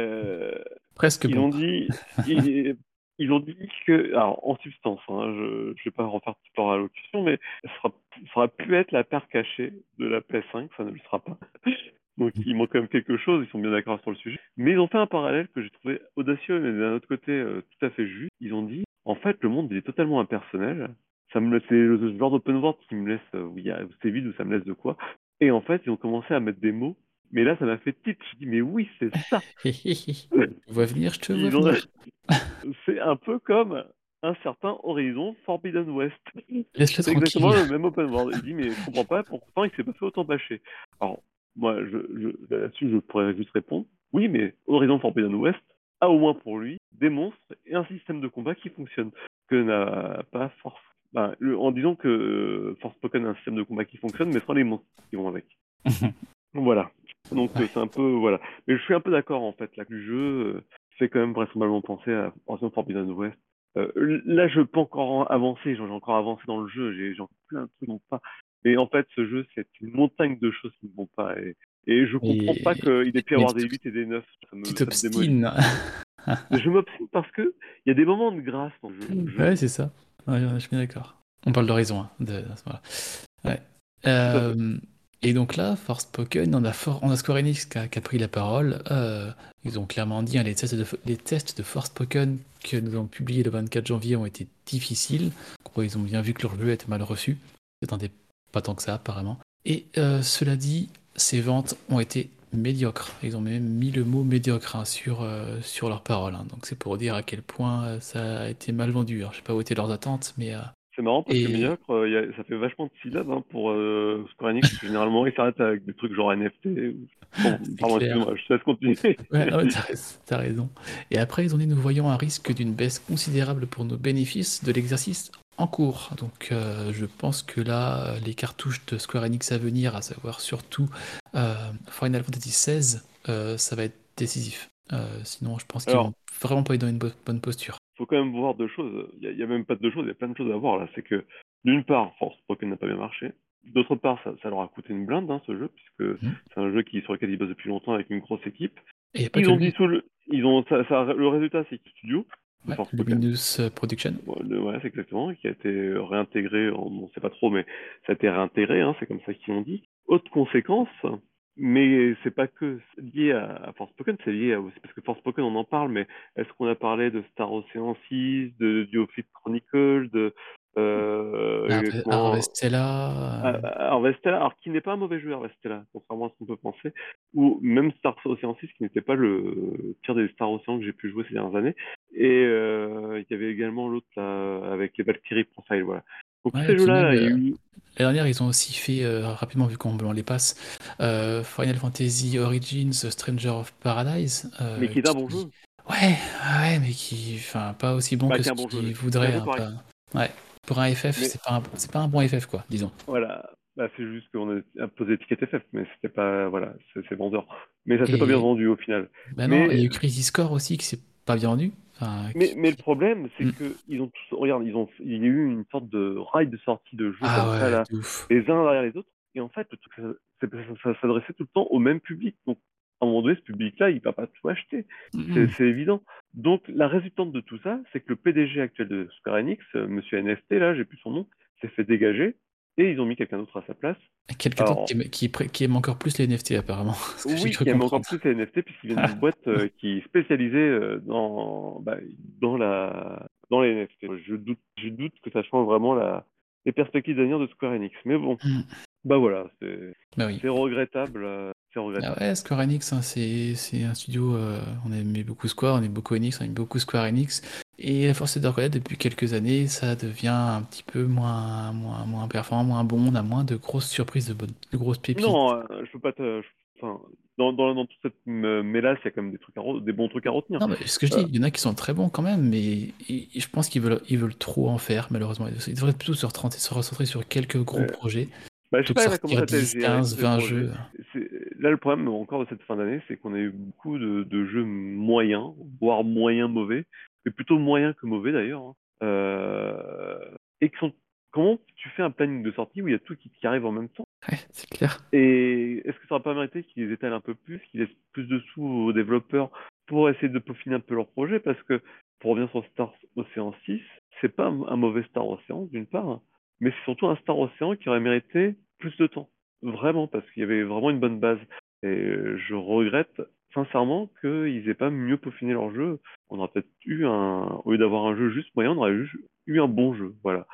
Presque Ils bon. ont dit, ils, ils ont dit que, alors en substance, hein, je ne vais pas refaire toute leur allocution, mais ça aurait pu être la paire cachée de la PS5, ça ne le sera pas. Donc il manque quand même quelque chose, ils sont bien d'accord sur le sujet. Mais ils ont fait un parallèle que j'ai trouvé audacieux, mais d'un autre côté tout à fait juste. Ils ont dit, en fait, le monde il est totalement impersonnel. C'est le genre d'open world qui me laisse, où c'est vide, où ça me laisse de quoi. Et en fait, ils ont commencé à mettre des mots. Mais là, ça m'a fait tilt. Je dis, mais oui, c'est ça. Tu vois venir, je te vois Ils ont- venir. C'est un peu comme un certain Horizon Forbidden West. Laisse-le C'est exactement tranquille. le même open world. Il dit, mais je comprends pas pourtant il s'est pas fait autant bâcher. Alors, moi, là-dessus, je pourrais juste répondre, oui, mais Horizon Forbidden West a au moins pour lui des monstres et un système de combat qui fonctionne. Que n'a pas Force. En disant que Forspoken a un système de combat qui fonctionne, mais sans les monstres qui vont avec. Voilà. Donc Ouais. c'est un peu voilà. Mais je suis un peu d'accord en fait là que le jeu fait quand même vraisemblablement penser à Horizon Forbidden West. Là je peux encore avancer, j'ai encore avancé dans le jeu, j'ai encore plein de trucs qui vont pas. Mais en fait ce jeu c'est une montagne de choses qui ne vont pas et je comprends pas Et... qu'il ait pu y Mais avoir des 8 et des 9, tu ça me démolit. t'obstines. Je m'obstine parce que il y a des moments de grâce dans le jeu. Ouais, c'est ça. Ouais, je suis bien d'accord. On parle d'Horizon, hein, à ce moment-là. Ouais. Tout à fait. Et donc là, Forspoken, on a Square Enix qui a pris la parole. Ils ont clairement dit, hein, les tests de Forspoken que nous avons publiés le 24 janvier ont été difficiles. Ils ont bien vu que leur jeu était mal reçu. Ils n'attendaient pas tant que ça, apparemment. Et cela dit, ces ventes ont été médiocres. Ils ont même mis le mot médiocre, hein, sur leurs paroles. Hein. Donc c'est pour dire à quel point ça a été mal vendu. Alors, je sais pas où étaient leurs attentes, mais... C'est marrant parce que Et médiocre, ça fait vachement de syllabes hein, pour Square Enix, parce que généralement ils s'arrêtent avec des trucs genre NFT. Bon, c'est pardon, clair. excuse-moi, je te laisse continuer. Ouais, ouais, t'as raison. Et après, ils ont dit, nous voyons un risque d'une baisse considérable pour nos bénéfices de l'exercice en cours. Donc, je pense que là, les cartouches de Square Enix à venir, à savoir surtout euh, Final Fantasy XVI, ça va être décisif. Sinon, je pense qu'ils vont Alors, vraiment pas être dans une bonne posture. faut quand même voir deux choses. Il y a même pas deux choses, il y a plein de choses à voir là. C'est que d'une part, Forspoken n'a pas bien marché. D'autre part, ça leur a coûté une blinde hein, ce jeu, puisque Mhm. c'est un jeu sur lequel ils bossent depuis longtemps avec une grosse équipe. Et il n'y a pas Ils que ont lui. dissous le résultat, c'est que Studio de Ouais, Forspoken. Luminous Production. Bon, ouais, c'est exactement, qui a été réintégré, on ne sait pas trop, mais ça a été réintégré, hein, c'est comme ça qu'ils l'ont dit. Autre conséquence, Mais c'est pas que lié à Forspoken, c'est lié aussi parce que Forspoken on en parle, mais est-ce qu'on a parlé de Star Ocean 6, de Duofleet Chronicle, de comment Harvestella. Harvestella, alors qui n'est pas un mauvais jeu Harvestella, contrairement à ce qu'on peut penser, ou même Star Ocean 6 qui n'était pas le pire des Star Ocean que j'ai pu jouer ces dernières années, et il y avait également l'autre là, avec les Valkyrie Profile, voilà. Donc tous Ouais, et ces puis jeux-là, même, là, il y a eu l'année dernière, ils ont aussi fait, rapidement, vu qu'on les passe, Final Fantasy Origins Stranger of Paradise, mais qui est un bon jeu. Ouais, ouais, mais enfin, pas aussi bon Bah, que qui est ce un bon jeu. qu'ils C'est voudraient, un peu hein, pareil. Ouais, pour un FF, Mais c'est pas un bon FF, quoi, disons. voilà, bah, c'est juste qu'on a posé l'étiquette FF, mais c'était pas, voilà, c'est vendeur. Mais ça s'est pas bien Et, vendu au final. ben non, il y Mais, a eu Crisis Core aussi, qui s'est pas bien vendu. Enfin, mais le problème, c'est Hmm. que ils ont tous, regarde, il y a eu une sorte de rail de sortie de jeux Ah comme ça, ouais, là, de ouf. les uns derrière les autres. Et en fait, le truc, ça s'adressait tout le temps au même public. Donc, à un moment donné, ce public-là, il va pas tout acheter. Hmm. C'est évident. Donc, la résultante de tout ça, c'est que le PDG actuel de Square Enix, Monsieur NFT, là, j'ai plus son nom, s'est fait dégager et ils ont mis quelqu'un d'autre à sa place. Quelqu'un d'autre Alors, qui aime encore plus les NFT, apparemment, ce que j'ai oui, cru qui aime encore comprendre. plus les NFT puisqu'ils viennent d'une boîte qui est spécialisée dans les NFT. Je doute que ça change vraiment les perspectives d'avenir de Square Enix. Mais bon, Hmm. bah voilà, c'est Bah oui. c'est regrettable. C'est Ah regrettable. ouais, Square Enix, hein, c'est un studio, on aimait beaucoup Square, on aime beaucoup Enix, on aime beaucoup Square Enix. Et à force de reconnaître, depuis quelques années, ça devient un petit peu moins performant, moins bon, on a moins de grosses surprises, de grosses pépites. Non, je peux pas enfin, dans toute cette mélasse, il y a quand même des bons trucs à retenir. Non, mais ce que je dis, il y en a qui sont très bons quand même, mais je pense ils veulent trop en faire, malheureusement. Ils devraient plutôt se recentrer sur quelques gros Euh, projets, Bah, je sais plutôt que pas comment sortir ça t'a 10, géré tous 15, ces 20 projets. jeux. Là, le problème encore de cette fin d'année, c'est qu'on a eu beaucoup de jeux moyens, voire moyens mauvais, mais plutôt moyens que mauvais d'ailleurs, hein. Et qui sont... Comment tu fais un planning de sortie où il y a tout qui arrive en même temps? Ouais, c'est clair. Et est-ce que ça n'aurait pas mérité qu'ils les étalent un peu plus, qu'ils laissent plus de sous aux développeurs pour essayer de peaufiner un peu leur projet? Parce que, pour revenir sur Star Ocean 6, c'est pas un mauvais Star Ocean, d'une part, hein, mais c'est surtout un Star Ocean qui aurait mérité plus de temps. Vraiment, parce qu'il y avait vraiment une bonne base. Et je regrette sincèrement qu'ils aient pas mieux peaufiné leur jeu. On aurait peut-être au lieu d'avoir un jeu juste moyen, on aurait juste eu un bon jeu. Voilà.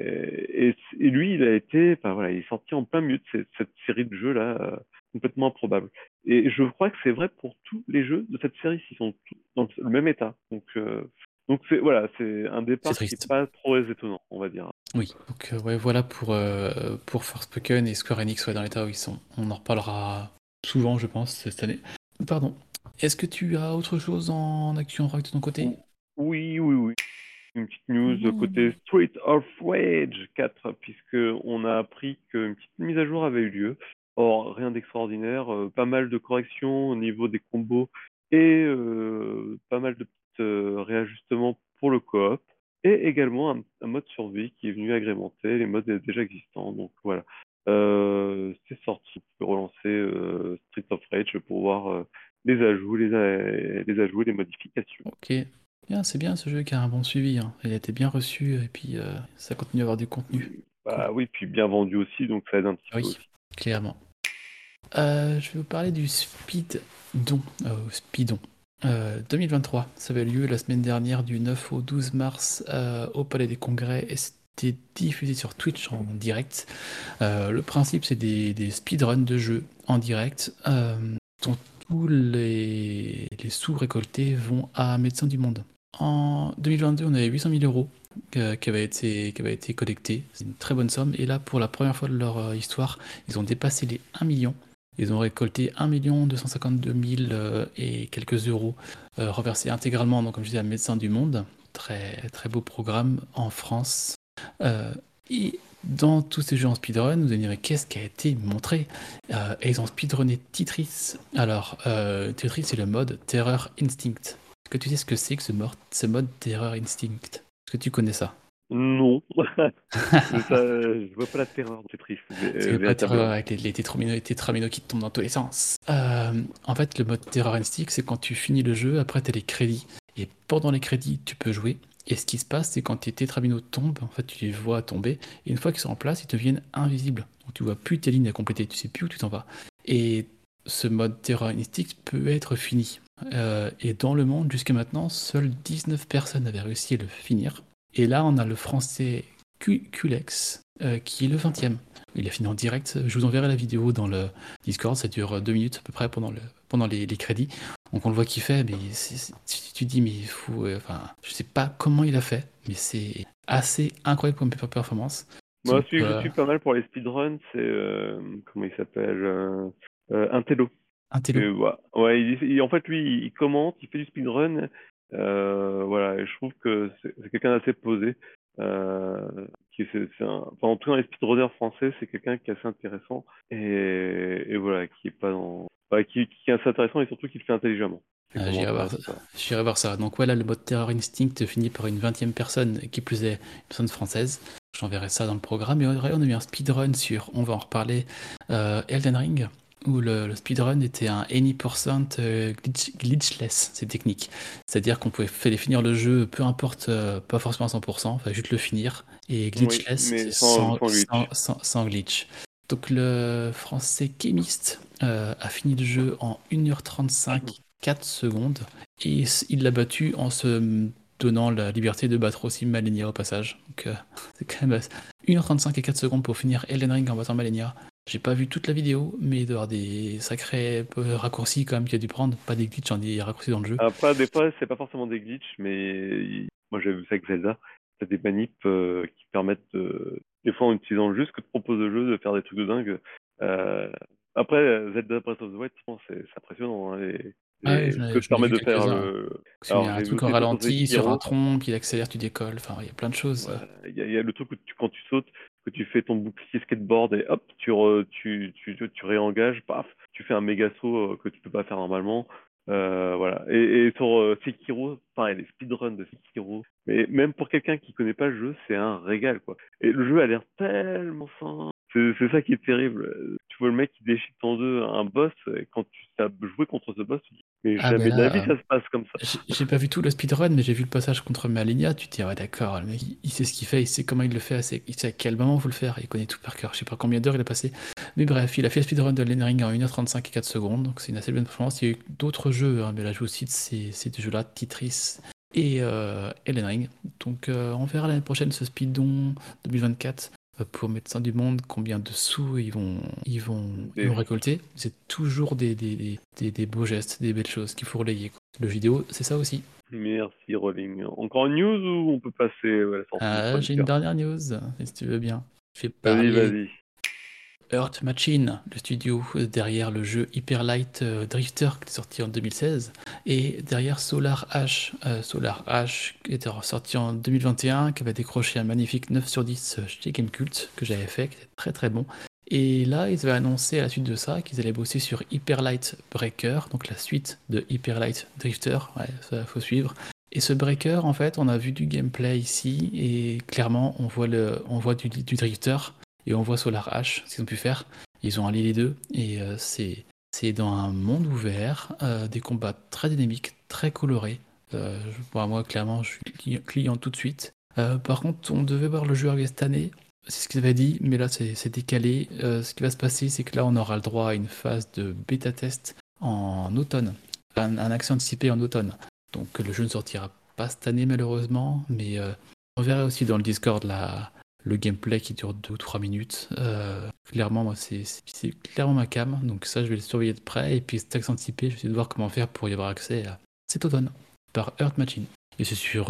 Et lui, il a été, enfin voilà, il est sorti en plein milieu de cette série de jeux là, complètement improbable. Et je crois que c'est vrai pour tous les jeux de cette série, ils sont tous dans le même état. Donc c'est voilà, c'est un C'est départ qui est triste. pas trop étonnant, on va dire. Oui, donc ouais, voilà pour Forspoken et Square Enix, ouais, dans l'état où ils sont. On en reparlera souvent, je pense, cette année. Pardon. Est-ce que tu as autre chose en action en rock de ton côté? Oui, oui, oui. Une petite news côté Mmh. Street of Rage 4, puisque on a appris qu'une petite mise à jour avait eu lieu. Or, rien d'extraordinaire, pas mal de corrections au niveau des combos et pas mal de petits réajustements pour le coop. Et également un mode survie qui est venu agrémenter les modes déjà existants. Donc voilà, c'est sorti. Tu peux relancer Street of Rage pour voir les ajouts, les ajouts et les modifications. Ok. Bien, c'est bien ce jeu qui a un bon suivi, hein. Il a été bien reçu et puis ça continue à avoir du contenu. Cool. Bah oui, puis bien vendu aussi, donc ça aide un petit peu Oui, aussi. clairement. Je vais vous parler du Speedon 2023. Ça avait lieu la semaine dernière du 9 au 12 mars au Palais des Congrès et c'était diffusé sur Twitch en direct. Le principe, c'est des speedruns de jeux en direct dont tous les sous récoltés vont à Médecins du Monde. En 2022, on avait 800 000 euros qui avaient été collectés. C'est une très bonne somme. Et là, pour la première fois de leur histoire, ils ont dépassé les 1 million. Ils ont récolté 1 252 000 et quelques euros reversés intégralement, donc, comme je disais, à Médecins du Monde. Très, très beau programme en France. Et dans tous ces jeux en speedrun, vous allez dire qu'est-ce qui a été montré et ils ont speedrunné Tetris. Alors, Tetris, c'est le mode Terror Instinct. Est-ce que tu sais ce que c'est que ce mode Terror Instinct? Est-ce que tu connais ça? Non, je vois pas la terreur de Tetris, C'est le mode terreur véritablement. avec les tétraminos qui tombent dans tous les sens. En fait, le mode Terror Instinct, c'est quand tu finis le jeu, après tu as les crédits. Et pendant les crédits, tu peux jouer. Et ce qui se passe, c'est quand tes tétraminos tombent, en fait, tu les vois tomber. Et une fois qu'ils sont en place, ils deviennent invisibles. Donc tu vois plus tes lignes à compléter, tu sais plus où tu t'en vas. Et ce mode Terror Instinct peut être fini. Et dans le monde, jusqu'à maintenant, seules 19 personnes avaient réussi à le finir. Et là, on a le français Culex, qui est le 20e. Il a fini en direct. Je vous enverrai la vidéo dans le Discord. Ça dure 2 minutes à peu près pendant les crédits. Donc on le voit qu'il fait, mais tu dis, mais il faut. Enfin, je sais pas comment il a fait, mais c'est assez incroyable comme performance. Moi, Donc, celui que je suis pas mal pour les speedruns, c'est comment il s'appelle Intello. un télo. Ouais, en fait, lui, il commente, il fait du speedrun. Voilà, et je trouve que c'est quelqu'un d'assez posé. Enfin, en tout cas, les speedrunners français, c'est quelqu'un qui est assez intéressant. Et voilà, qui est pas dans. Ouais, qui est assez intéressant et surtout qui le fait intelligemment. C'est comment J'irai voir, ça. j'irai voir ça. Donc voilà, le mode Terror Instinct finit par une 20e personne, qui plus est une personne française. J'enverrai ça dans le programme. Et on a eu un speedrun sur, on va en reparler, Elden Ring, où le speedrun était un any percent glitchless, c'est technique. C'est-à-dire qu'on pouvait finir le jeu, peu importe, pas forcément à 100%, enfin juste le finir. Et Oui, glitchless, mais c'est sans glitch. sans glitch. Donc le français Chemist a fini le jeu en 1h35 4 secondes et il l'a battu en se donnant la liberté de battre aussi Malenia au passage. Donc c'est quand même 1h35 et 4 secondes pour finir Elden Ring en battant Malenia. J'ai pas vu toute la vidéo, mais il doit y avoir des sacrés raccourcis quand même qu'il a dû prendre, pas des glitches, des raccourcis dans le jeu. Après, des fois, c'est pas forcément des glitches, mais moi j'ai vu ça avec Zelda. T'as des manips qui permettent, des fois en utilisant juste ce que te propose le jeu, de faire des trucs de dingue. Euh, Après, Zelda Breath of the Wild, franchement, c'est impressionnant, hein, Ah ouais, ce que te j'en ai permet vu de faire quelques-uns. le. Tu mets Alors, un j'ai vu truc en aussi le truc sur ralenti sur un Sekiro. tronc, puis il accélère, tu décolles. Enfin, il y a plein de choses. Il y a le truc où quand tu sautes, que tu fais ton bouclier skateboard et hop, tu réengages, paf, tu fais un méga saut que tu peux pas faire normalement. Voilà. Et sur Sekiro, pareil, les speedruns de Sekiro, mais même pour quelqu'un qui connaît pas le jeu, c'est un régal, quoi. Et le jeu a l'air tellement simple. C'est ça qui est terrible. Tu vois le mec qui déchique en deux un boss, et quand tu as joué contre ce boss, tu dis, mais Ah, mais jamais de la vie là, ça se passe comme ça. j'ai pas vu tout le speedrun, mais j'ai vu le passage contre Malenia. Tu te dis, ah ouais, d'accord, le mec, il sait ce qu'il fait, il sait comment il le fait, il sait à quel moment faut le faire, il connaît tout par cœur. Je sais pas combien d'heures il a passé. Mais bref, il a fait le speedrun de Elden Ring en 1h35 et 4 secondes, donc c'est une assez bonne performance. Il y a eu d'autres jeux, hein, mais là, je vous cite ces deux jeux-là, Tetris et Elden Ring. Donc, on verra l'année prochaine ce speedon 2024. Pour Médecins du Monde, combien de sous ils vont récolter. C'est toujours des beaux gestes, des belles choses qu'il faut relayer, quoi. Le vidéo, c'est ça aussi. Merci Rolling. Encore une news ou on peut passer à la sortie du J'ai une chroniqueur? dernière news, si tu veux bien. Je vais Vas-y, parler vas-y. Earth Machine, le studio derrière le jeu Hyper Light Drifter qui est sorti en 2016, et derrière Solar Ash. Solar Ash qui était sorti en 2021, qui avait décroché un magnifique 9 sur 10 chez Gamecult, que j'avais fait, qui était très très bon. Et là, ils avaient annoncé à la suite de ça qu'ils allaient bosser sur Hyper Light Breaker, donc la suite de Hyper Light Drifter. Ouais, ça faut suivre. Et ce breaker, en fait, on a vu du gameplay ici, et clairement, on voit du drifter, et on voit Solar Ash, ce qu'ils ont pu faire. Ils ont allié les deux, et c'est dans un monde ouvert, des combats très dynamiques, très colorés. Moi, clairement, je suis client tout de suite. Par contre, on devait voir le jeu arriver cette année, c'est ce qu'ils avaient dit, mais là, c'est décalé. Ce qui va se passer, c'est que là, on aura le droit à une phase de bêta-test en automne, un accès anticipé en automne. Donc le jeu ne sortira pas cette année malheureusement, mais on verra aussi dans le Discord le gameplay qui dure 2 ou 3 minutes. Clairement, moi, c'est clairement ma cam, donc ça, je vais le surveiller de près. Et puis cet accès anticipé, je vais essayer de voir comment faire pour y avoir accès à cet automne par Earth Machine. Et c'est sûr,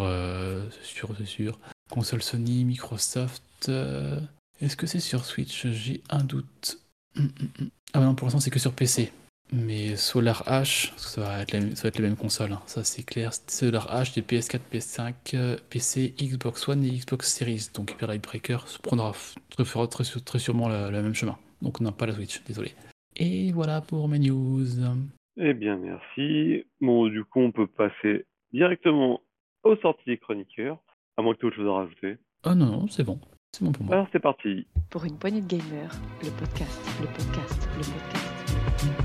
console Sony, Microsoft. Est-ce que c'est sur Switch? J'ai un doute. Ah bah non, pour l'instant, c'est que sur PC. Mais Solar H, ça va être les mêmes consoles, hein, ça c'est clair. Solar H, c'est PS4, PS5, PC, Xbox One et Xbox Series. Donc Hyper Light Breaker fera très sûrement le même chemin. Donc non, pas la Switch, désolé. Et voilà pour mes news. Eh bien, merci. Bon, du coup, on peut passer directement aux sorties des chroniqueurs, à moins que tu aies autre chose à rajouter. Oh non, c'est bon. C'est bon pour moi. Alors, c'est parti. Pour une poignée de gamers, le podcast, le podcast, le podcast.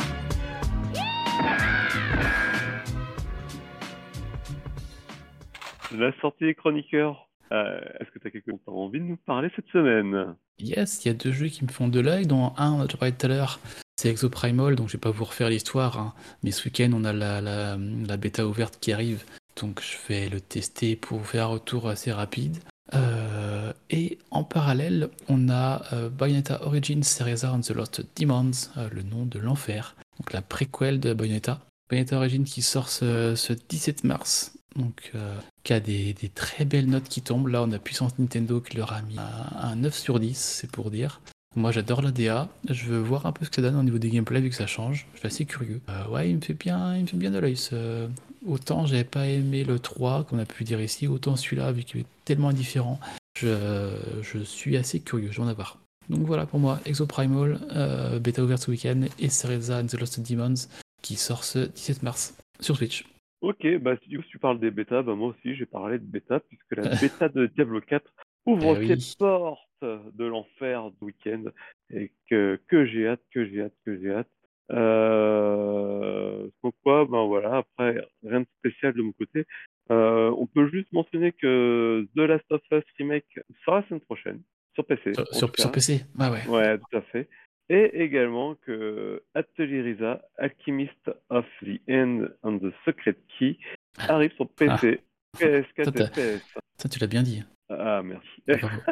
La sortie des chroniqueurs. Est-ce que tu as quelque chose envie de nous parler cette semaine? Yes, il y a 2 jeux qui me font de l'œil, dont un, on a déjà parlé tout à l'heure, c'est Exoprimal, donc je vais pas vous refaire l'histoire, hein, mais ce week-end on a la bêta ouverte qui arrive, donc je vais le tester pour vous faire un retour assez rapide. Et en parallèle, on a Bayonetta Origins Cereza and the Lost Demons, le nom de l'enfer, donc la préquelle de Bayonetta. Bayonetta Origins qui sort ce 17 mars, donc qui a des très belles notes qui tombent. Là, on a Puissance Nintendo qui leur a mis un 9 sur 10, c'est pour dire. Moi, j'adore la DA. Je veux voir un peu ce que ça donne au niveau des gameplay vu que ça change. Je suis assez curieux. Ouais, il me fait bien de l'œil. Autant j'avais pas aimé le 3, comme on a pu dire ici, autant celui-là, vu qu'il est tellement différent, je suis assez curieux, je vais en avoir. Donc voilà pour moi, Exoprimal, bêta ouverte ce week-end, et Cereza and the Lost Demons, qui sort ce 17 mars sur Switch. Ok, bah si tu parles des bêtas, bah moi aussi j'ai parlé de bêta, puisque la bêta de Diablo 4 ouvre ses portes de l'enfer ce week-end, et que j'ai hâte. Pourquoi? Ben voilà, après, rien de spécial de mon côté. On peut juste mentionner que The Last of Us Remake sera la semaine prochaine, sur PC. Sur PC, ouais. Ouais, tout à fait. Et également que Atelier Risa, Alchemist of the End and the Secret Key, arrive sur PC, PS4 et PS. Ça, tu l'as bien dit. Ah, merci.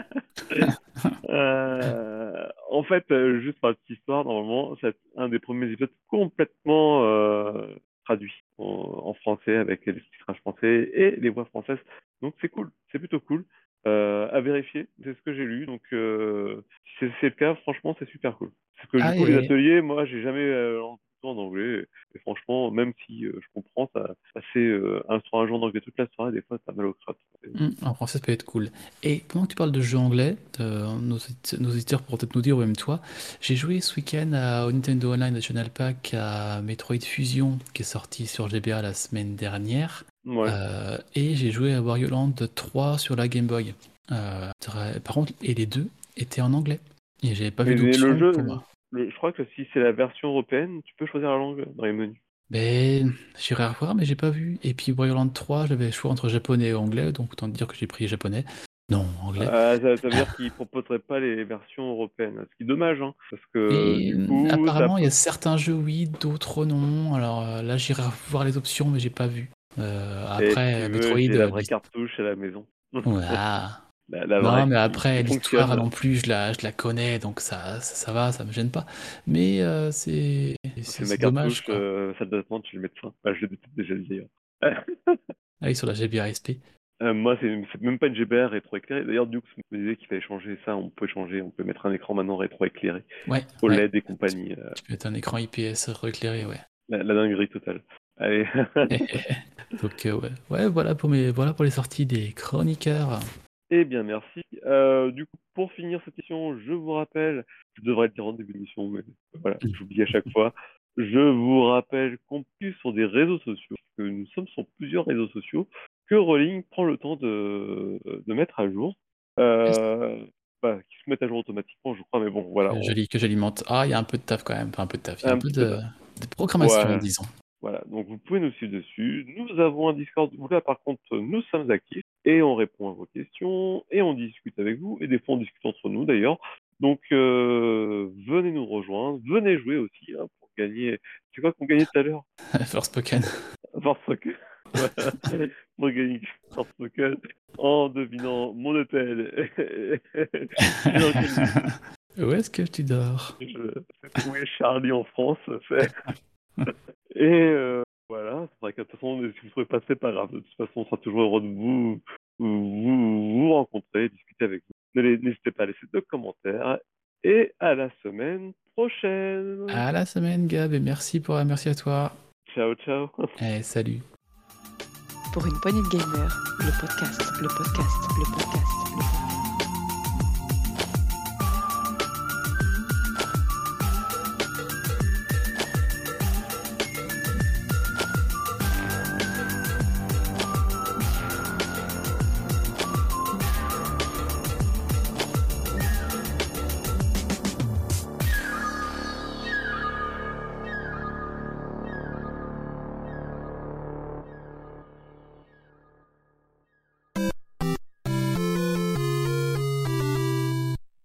En fait, juste par la petite histoire, normalement, c'est un des premiers épisodes complètement traduits en français avec les titrages français et les voix françaises. Donc c'est cool, c'est plutôt cool. À vérifier, c'est ce que j'ai lu. Donc si c'est le cas, franchement, c'est super cool. Parce que du coup, les ateliers, moi, j'ai jamais en anglais. Et franchement, même si je comprends, ça passer sur un jour d'anglais toute la soirée, des fois, ça a mal au crâne. En français, ça peut être cool. Et pendant que tu parles de jeux anglais, nos éditeurs pourront peut-être nous dire, ou même toi, j'ai joué ce week-end au Nintendo Online National Pack à Metroid Fusion, qui est sorti sur GBA la semaine dernière. Ouais. Et j'ai joué à Wario Land 3 sur la Game Boy. Par contre, et les deux étaient en anglais. Et j'avais pas vu d'option pour moi. Je crois que si c'est la version européenne, tu peux choisir la langue dans les menus. Ben, j'irai revoir, mais j'ai pas vu. Et puis Wario Land 3, j'avais le choix entre japonais et anglais, donc autant dire que j'ai pris japonais. Non, anglais. Ça veut dire qu'ils proposeraient pas les versions européennes. Ce qui est dommage, hein, parce que du coup, apparemment, il y a certains jeux oui, d'autres non. Alors là, j'irai voir les options, mais j'ai pas vu. Après, Metroid, j'ai la vraie cartouche à la maison. Voilà. Non, mais après, l'histoire non plus, je la connais, donc ça va, ça me gêne pas. Mais c'est ma dommage. Cartouche, ça doit être chez le médecin. Je l'ai peut-être déjà dit d'ailleurs. Ah oui, sur la GBA SP. Moi, c'est même pas une GBR rétroéclairée. D'ailleurs, Dukes me disait qu'il fallait changer ça. On peut changer, on peut mettre un écran maintenant rétroéclairé. Ouais. OLED et compagnie. Tu peux mettre un écran IPS rétroéclairé, ouais. La dinguerie totale. Allez. Donc, ouais, voilà pour les sorties des chroniqueurs. Eh bien, merci. Du coup, pour finir cette émission, je vous rappelle, je devrais le dire en début d'émission, mais voilà, j'oublie à chaque fois. Je vous rappelle qu'on puisse sur des réseaux sociaux, que nous sommes sur plusieurs réseaux sociaux, que Rolling prend le temps de mettre à jour, qui se mettent à jour automatiquement, je crois, mais bon, voilà. Que j'alimente. Ah, il y a un peu de taf quand même, enfin un peu de taf, il y a un peu de programmation, disons. Voilà, donc vous pouvez nous suivre dessus. Nous avons un Discord où là, par contre, nous sommes actifs et on répond à vos questions et on discute avec vous et des fois on discute entre nous d'ailleurs. Donc venez nous rejoindre, venez jouer aussi pour gagner. Tu vois qu'on gagnait tout à l'heure Forspoken. Forspoken. Pour gagner Forspoken en devinant mon hôtel. Où est-ce que tu dors? Où est Charlie en France? Et voilà, c'est vrai que de toute façon, si vous ne trouvez pas, c'est pas grave. De toute façon, on sera toujours heureux de vous rencontrer, discuter avec vous. N'hésitez pas à laisser 2 commentaires. Et à la semaine prochaine. À la semaine, Gab, et merci à toi. Ciao, ciao. Et salut. Pour une poignée de gamers, le podcast.